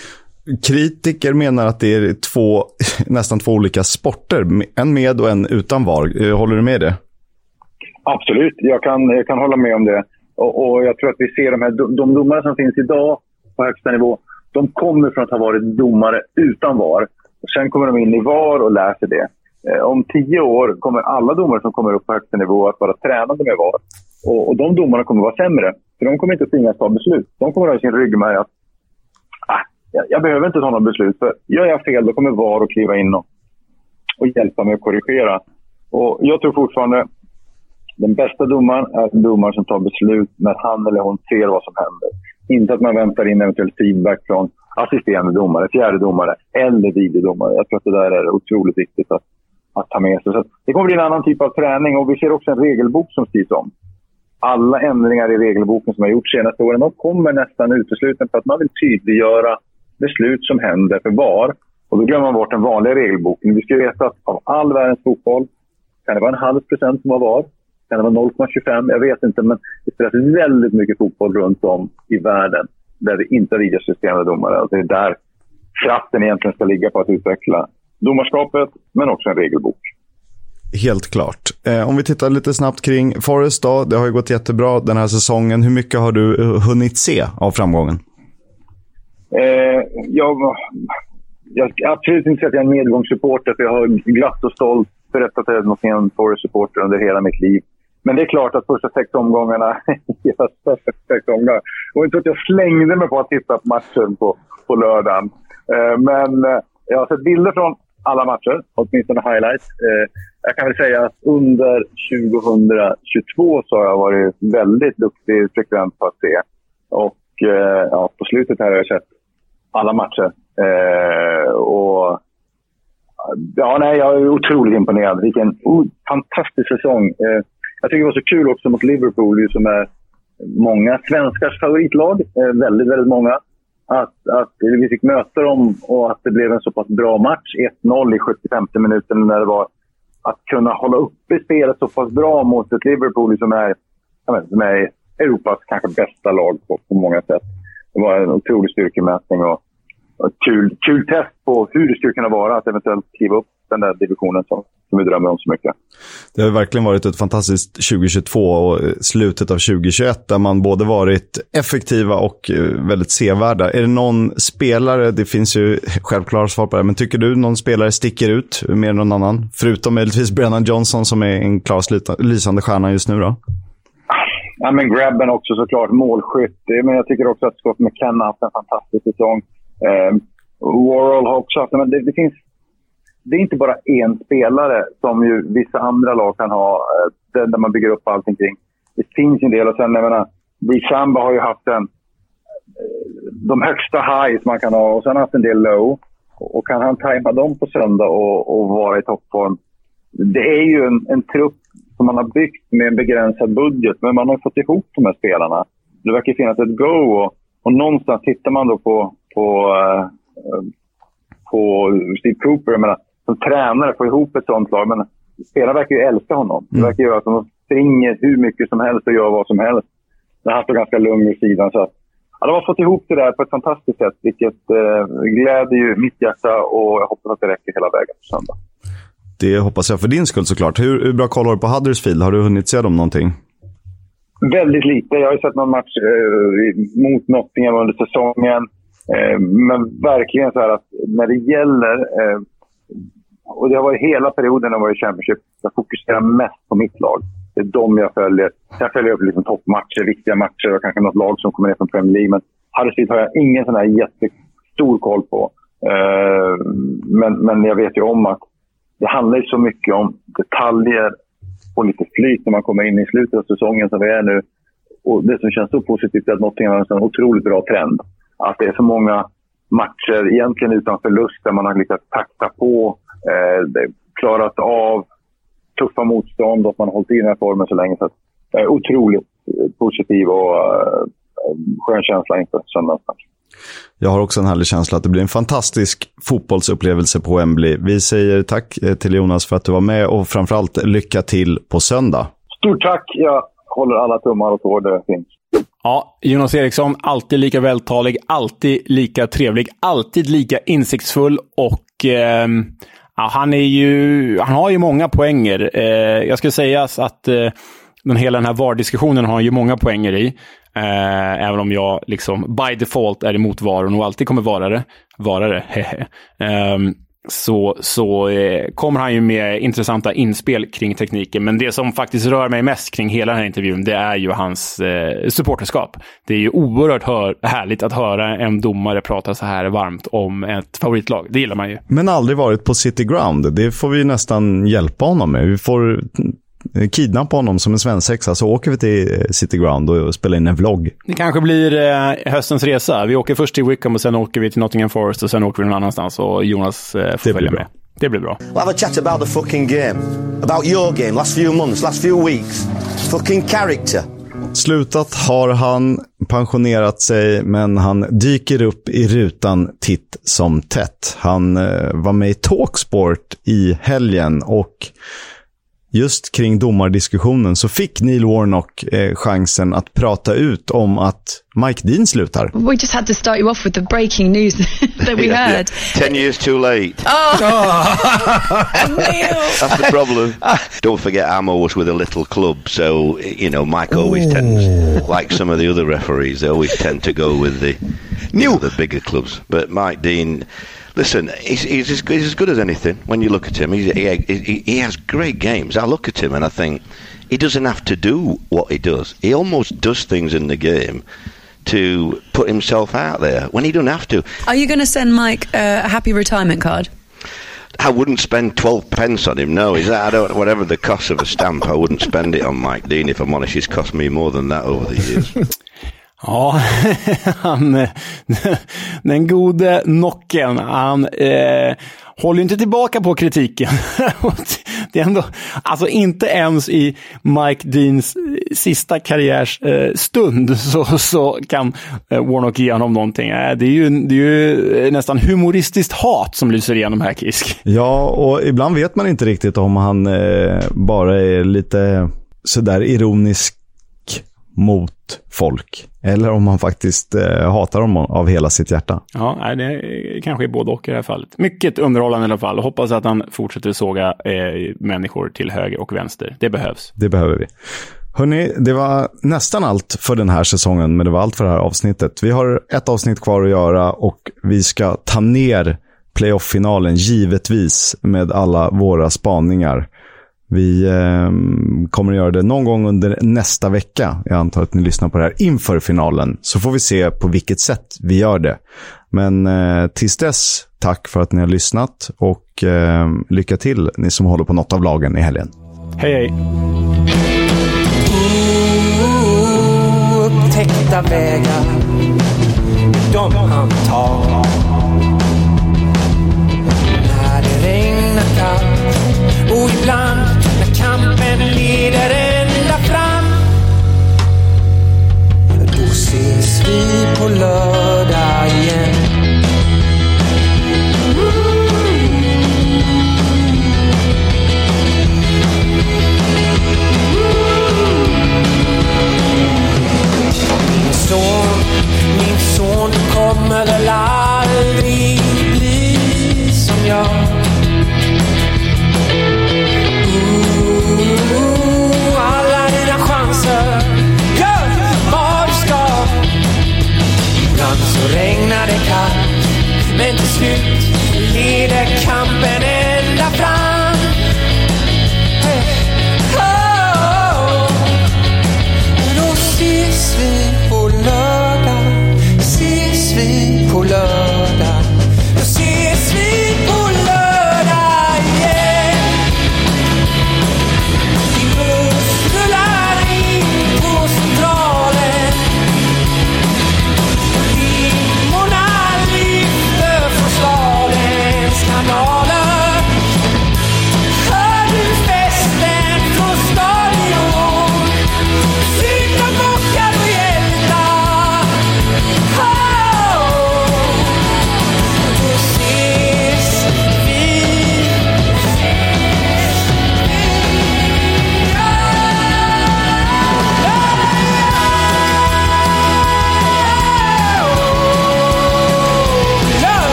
Kritiker menar att det är nästan två olika sporter. En med och en utan VAR. Håller du med det? Absolut, jag kan hålla med om det. Och jag tror att vi ser de domare som finns idag på högsta nivå, de kommer från att ha varit domare utan VAR. Och sen kommer de in i VAR och lär sig det. Om 10 år kommer alla domare som kommer upp på högsta nivå att vara tränade med VAR. Och de domarna kommer vara sämre. För de kommer inte att tvingas ta beslut. De kommer att ha sin rygg med att jag behöver inte ta något beslut. För gör jag fel, då kommer VAR att kliva in och hjälpa mig att korrigera. Och jag tror fortfarande den bästa domaren är en domare som tar beslut när han eller hon ser vad som händer. Inte att man väntar in eventuell feedback från assisterande domare, fjärde domare eller videodomare. Jag tror att det där är otroligt viktigt att ta med sig. Så det kommer bli en annan typ av träning och vi ser också en regelbok som skrivs om. Alla ändringar i regelboken som har gjorts senaste åren, de kommer nästan uteslutande för att man vill tydliggöra beslut som händer för VAR. Och då glömmer man bort den vanliga regelboken. Vi ska veta att av all världens fotboll kan det vara 0,5% som har VAR. Kan det vara 0,25? Jag vet inte, men det spelas väldigt mycket fotboll runt om i världen där det inte är videoassisterande domare. Alltså det är där kraften egentligen ska ligga på att utveckla domarskapet, men också en regelbok. Helt klart. Om vi tittar lite snabbt kring Forest då. Det har ju gått jättebra den här säsongen. Hur mycket har du hunnit se av framgången? Jag absolut inte sett att jag är en medgångssupporter, för jag har glatt och stolt berättat att jag är en Forest-supporter under hela mitt liv. Men det är klart att första 6 omgångarna och inte att jag slängde mig på att titta på matchen på lördagen. Men jag har sett bilder från alla matcher, åtminstone highlights. Jag kan väl säga att under 2022 så har jag varit väldigt duktig frekvent på att se. Och på slutet här har jag sett alla matcher. Jag är otroligt imponerad. Vilken fantastisk säsong. jag tycker det var så kul också mot Liverpool, som är många svenskars favoritlag, väldigt, väldigt många, att vi fick möta dem och att det blev en så pass bra match, 1-0 i 75 minuten, när det var att kunna hålla uppe spelet så pass bra mot ett Liverpool som är Europas kanske bästa lag på många sätt. Det var en otrolig styrkemätning och ett kul test på hur det skulle kunna vara att eventuellt kliva upp den där divisionen som vi drömmer om så mycket. Det har verkligen varit ett fantastiskt 2022 och slutet av 2021 där man både varit effektiva och väldigt sevärda. Är det någon spelare, det finns ju självklara svar på det, men tycker du någon spelare sticker ut mer än någon annan? Förutom möjligtvis Brennan Johnson som är en klar lysande stjärna just nu då? Ja, men Grabben också såklart, målskytt. Men jag tycker också att Scott McKenna har haft en fantastisk säsong. Worrell har också haft, men det finns, det är inte bara en spelare som ju vissa andra lag kan ha, där man bygger upp allting kring. Det finns en del, och sen jag menar, Samba har ju haft de högsta highs man kan ha, och sen har haft en del low, och kan han tajma dem på söndag och vara i toppform. Det är ju en trupp som man har byggt med en begränsad budget, men man har fått ihop de här spelarna. Det verkar finnas ett go, och någonstans tittar man då på Steve Cooper, jag menar, som tränare får ihop ett sånt lag, men spelarna verkar ju älska honom. Det verkar ju att de springer hur mycket som helst och gör vad som helst. Det har haft ganska lugn i sidan, så att de har fått ihop det där på ett fantastiskt sätt, vilket gläder ju mitt hjärta, och jag hoppas att det räcker hela vägen på söndag. Det hoppas jag för din skull såklart. Hur bra koll har du på Huddersfield? Har du hunnit se dem någonting? Väldigt lite. Jag har ju sett någon match mot Nottingham under säsongen. Men verkligen så här att när det gäller, och det har varit hela perioden när jag var i Championship, jag fokuserar mest på mitt lag. Det är de jag följer. Jag följer upp liksom toppmatcher, viktiga matcher och kanske något lag som kommer ner från Premier League. Men Huddersfield har jag ingen sån här jättestor koll på. Men jag vet ju om att det handlar ju så mycket om detaljer och lite flyt när man kommer in i slutet av säsongen som vi är nu. Och det som känns så positivt är att Nottingham har en sån otroligt bra trend. Att det är så många matcher egentligen utan förlust där man har lyckats takta på, klarat av tuffa motstånd och att man har hållit i den här formen så länge. Så att det är otroligt positiv och skön känsla inför söndagen. Jag har också en härlig känsla att det blir en fantastisk fotbollsupplevelse på Wembley. Vi säger tack till Jonas för att du var med och framförallt lycka till på söndag. Stort tack, jag håller alla tummar och tår det finns. Ja, Jonas Eriksson, alltid lika vältalig, alltid lika trevlig, alltid lika insiktsfull och han har ju många poänger. Jag skulle säga att hela den här VAR-diskussionen har ju många poänger i. Även om jag liksom by default är emot VAR och nog alltid kommer vara det. Så kommer han ju med intressanta inspel kring tekniken. Men det som faktiskt rör mig mest kring hela den här intervjun, det är ju hans supporterskap. Det är ju oerhört härligt att höra en domare prata så här varmt om ett favoritlag. Det gillar man ju. Men aldrig varit på City Ground. Det får vi nästan hjälpa honom med. Vi får kidnappa honom som en svensexa, så åker vi till City Ground och spelar in en vlogg. Det kanske blir höstens resa. Vi åker först till Wickham och sen åker vi till Nottingham Forest och sen åker vi någon annanstans och Jonas får följa med. Det blir bra. We'll have a chat about the fucking game. About your game, last few months, last few weeks. Fucking character. Slutat har han, pensionerat sig, men han dyker upp i rutan titt som tätt. Han var med i Talksport i helgen och just kring domardiskussionen så fick Neil Warnock chansen att prata ut om att Mike Dean slutar. We just had to start you off with the breaking news that we heard. 10 years too late. That's the problem. Don't forget I'm always with a little club, so Mike always tends, like some of the other referees, they always tend to go with the bigger clubs. But Mike Dean, listen, he's as good as anything. When you look at him, he has great games. I look at him and I think he doesn't have to do what he does. He almost does things in the game to put himself out there when he don't have to. Are you going to send Mike a happy retirement card? I wouldn't spend 12 pence on him. No, whatever the cost of a stamp, I wouldn't spend it on Mike Dean. If I'm honest, he's cost me more than that over the years. Ja, den gode Nocken, han håller inte tillbaka på kritiken. Det är ändå, alltså inte ens i Mike Deans sista karriärsstund så kan Warnock ge honom någonting. Det är ju nästan humoristiskt hat som lyser igenom här, Kisk. Ja, och ibland vet man inte riktigt om han bara är lite sådär ironisk mot folk, eller om han faktiskt hatar dem av hela sitt hjärta. Ja, det kanske är både och i det här fallet. Mycket underhållande i alla fall. Hoppas att han fortsätter såga människor till höger och vänster. Det behövs. Det behöver vi. Hörrni, det var nästan allt för den här säsongen, men det var allt för det här avsnittet. Vi har ett avsnitt kvar att göra och vi ska ta ner playoff-finalen givetvis med alla våra spaningar. Vi kommer att göra det någon gång under nästa vecka. Jag antar att ni lyssnar på det här inför finalen. Så får vi se på vilket sätt vi gör det. Men tills dess, tack för att ni har lyssnat. Och lycka till, ni som håller på något av lagen i helgen. Hej hej! Upptäckta vägar, de han tar. När det regnar kallt och ibland när kampen leder ända fram, då ses vi på lördag igen. Min son, du kommer väl aldrig bli som jag. Alla dina chanser, gör vad du ska. Ibland så regnar det kallt, men till slut leder kampen.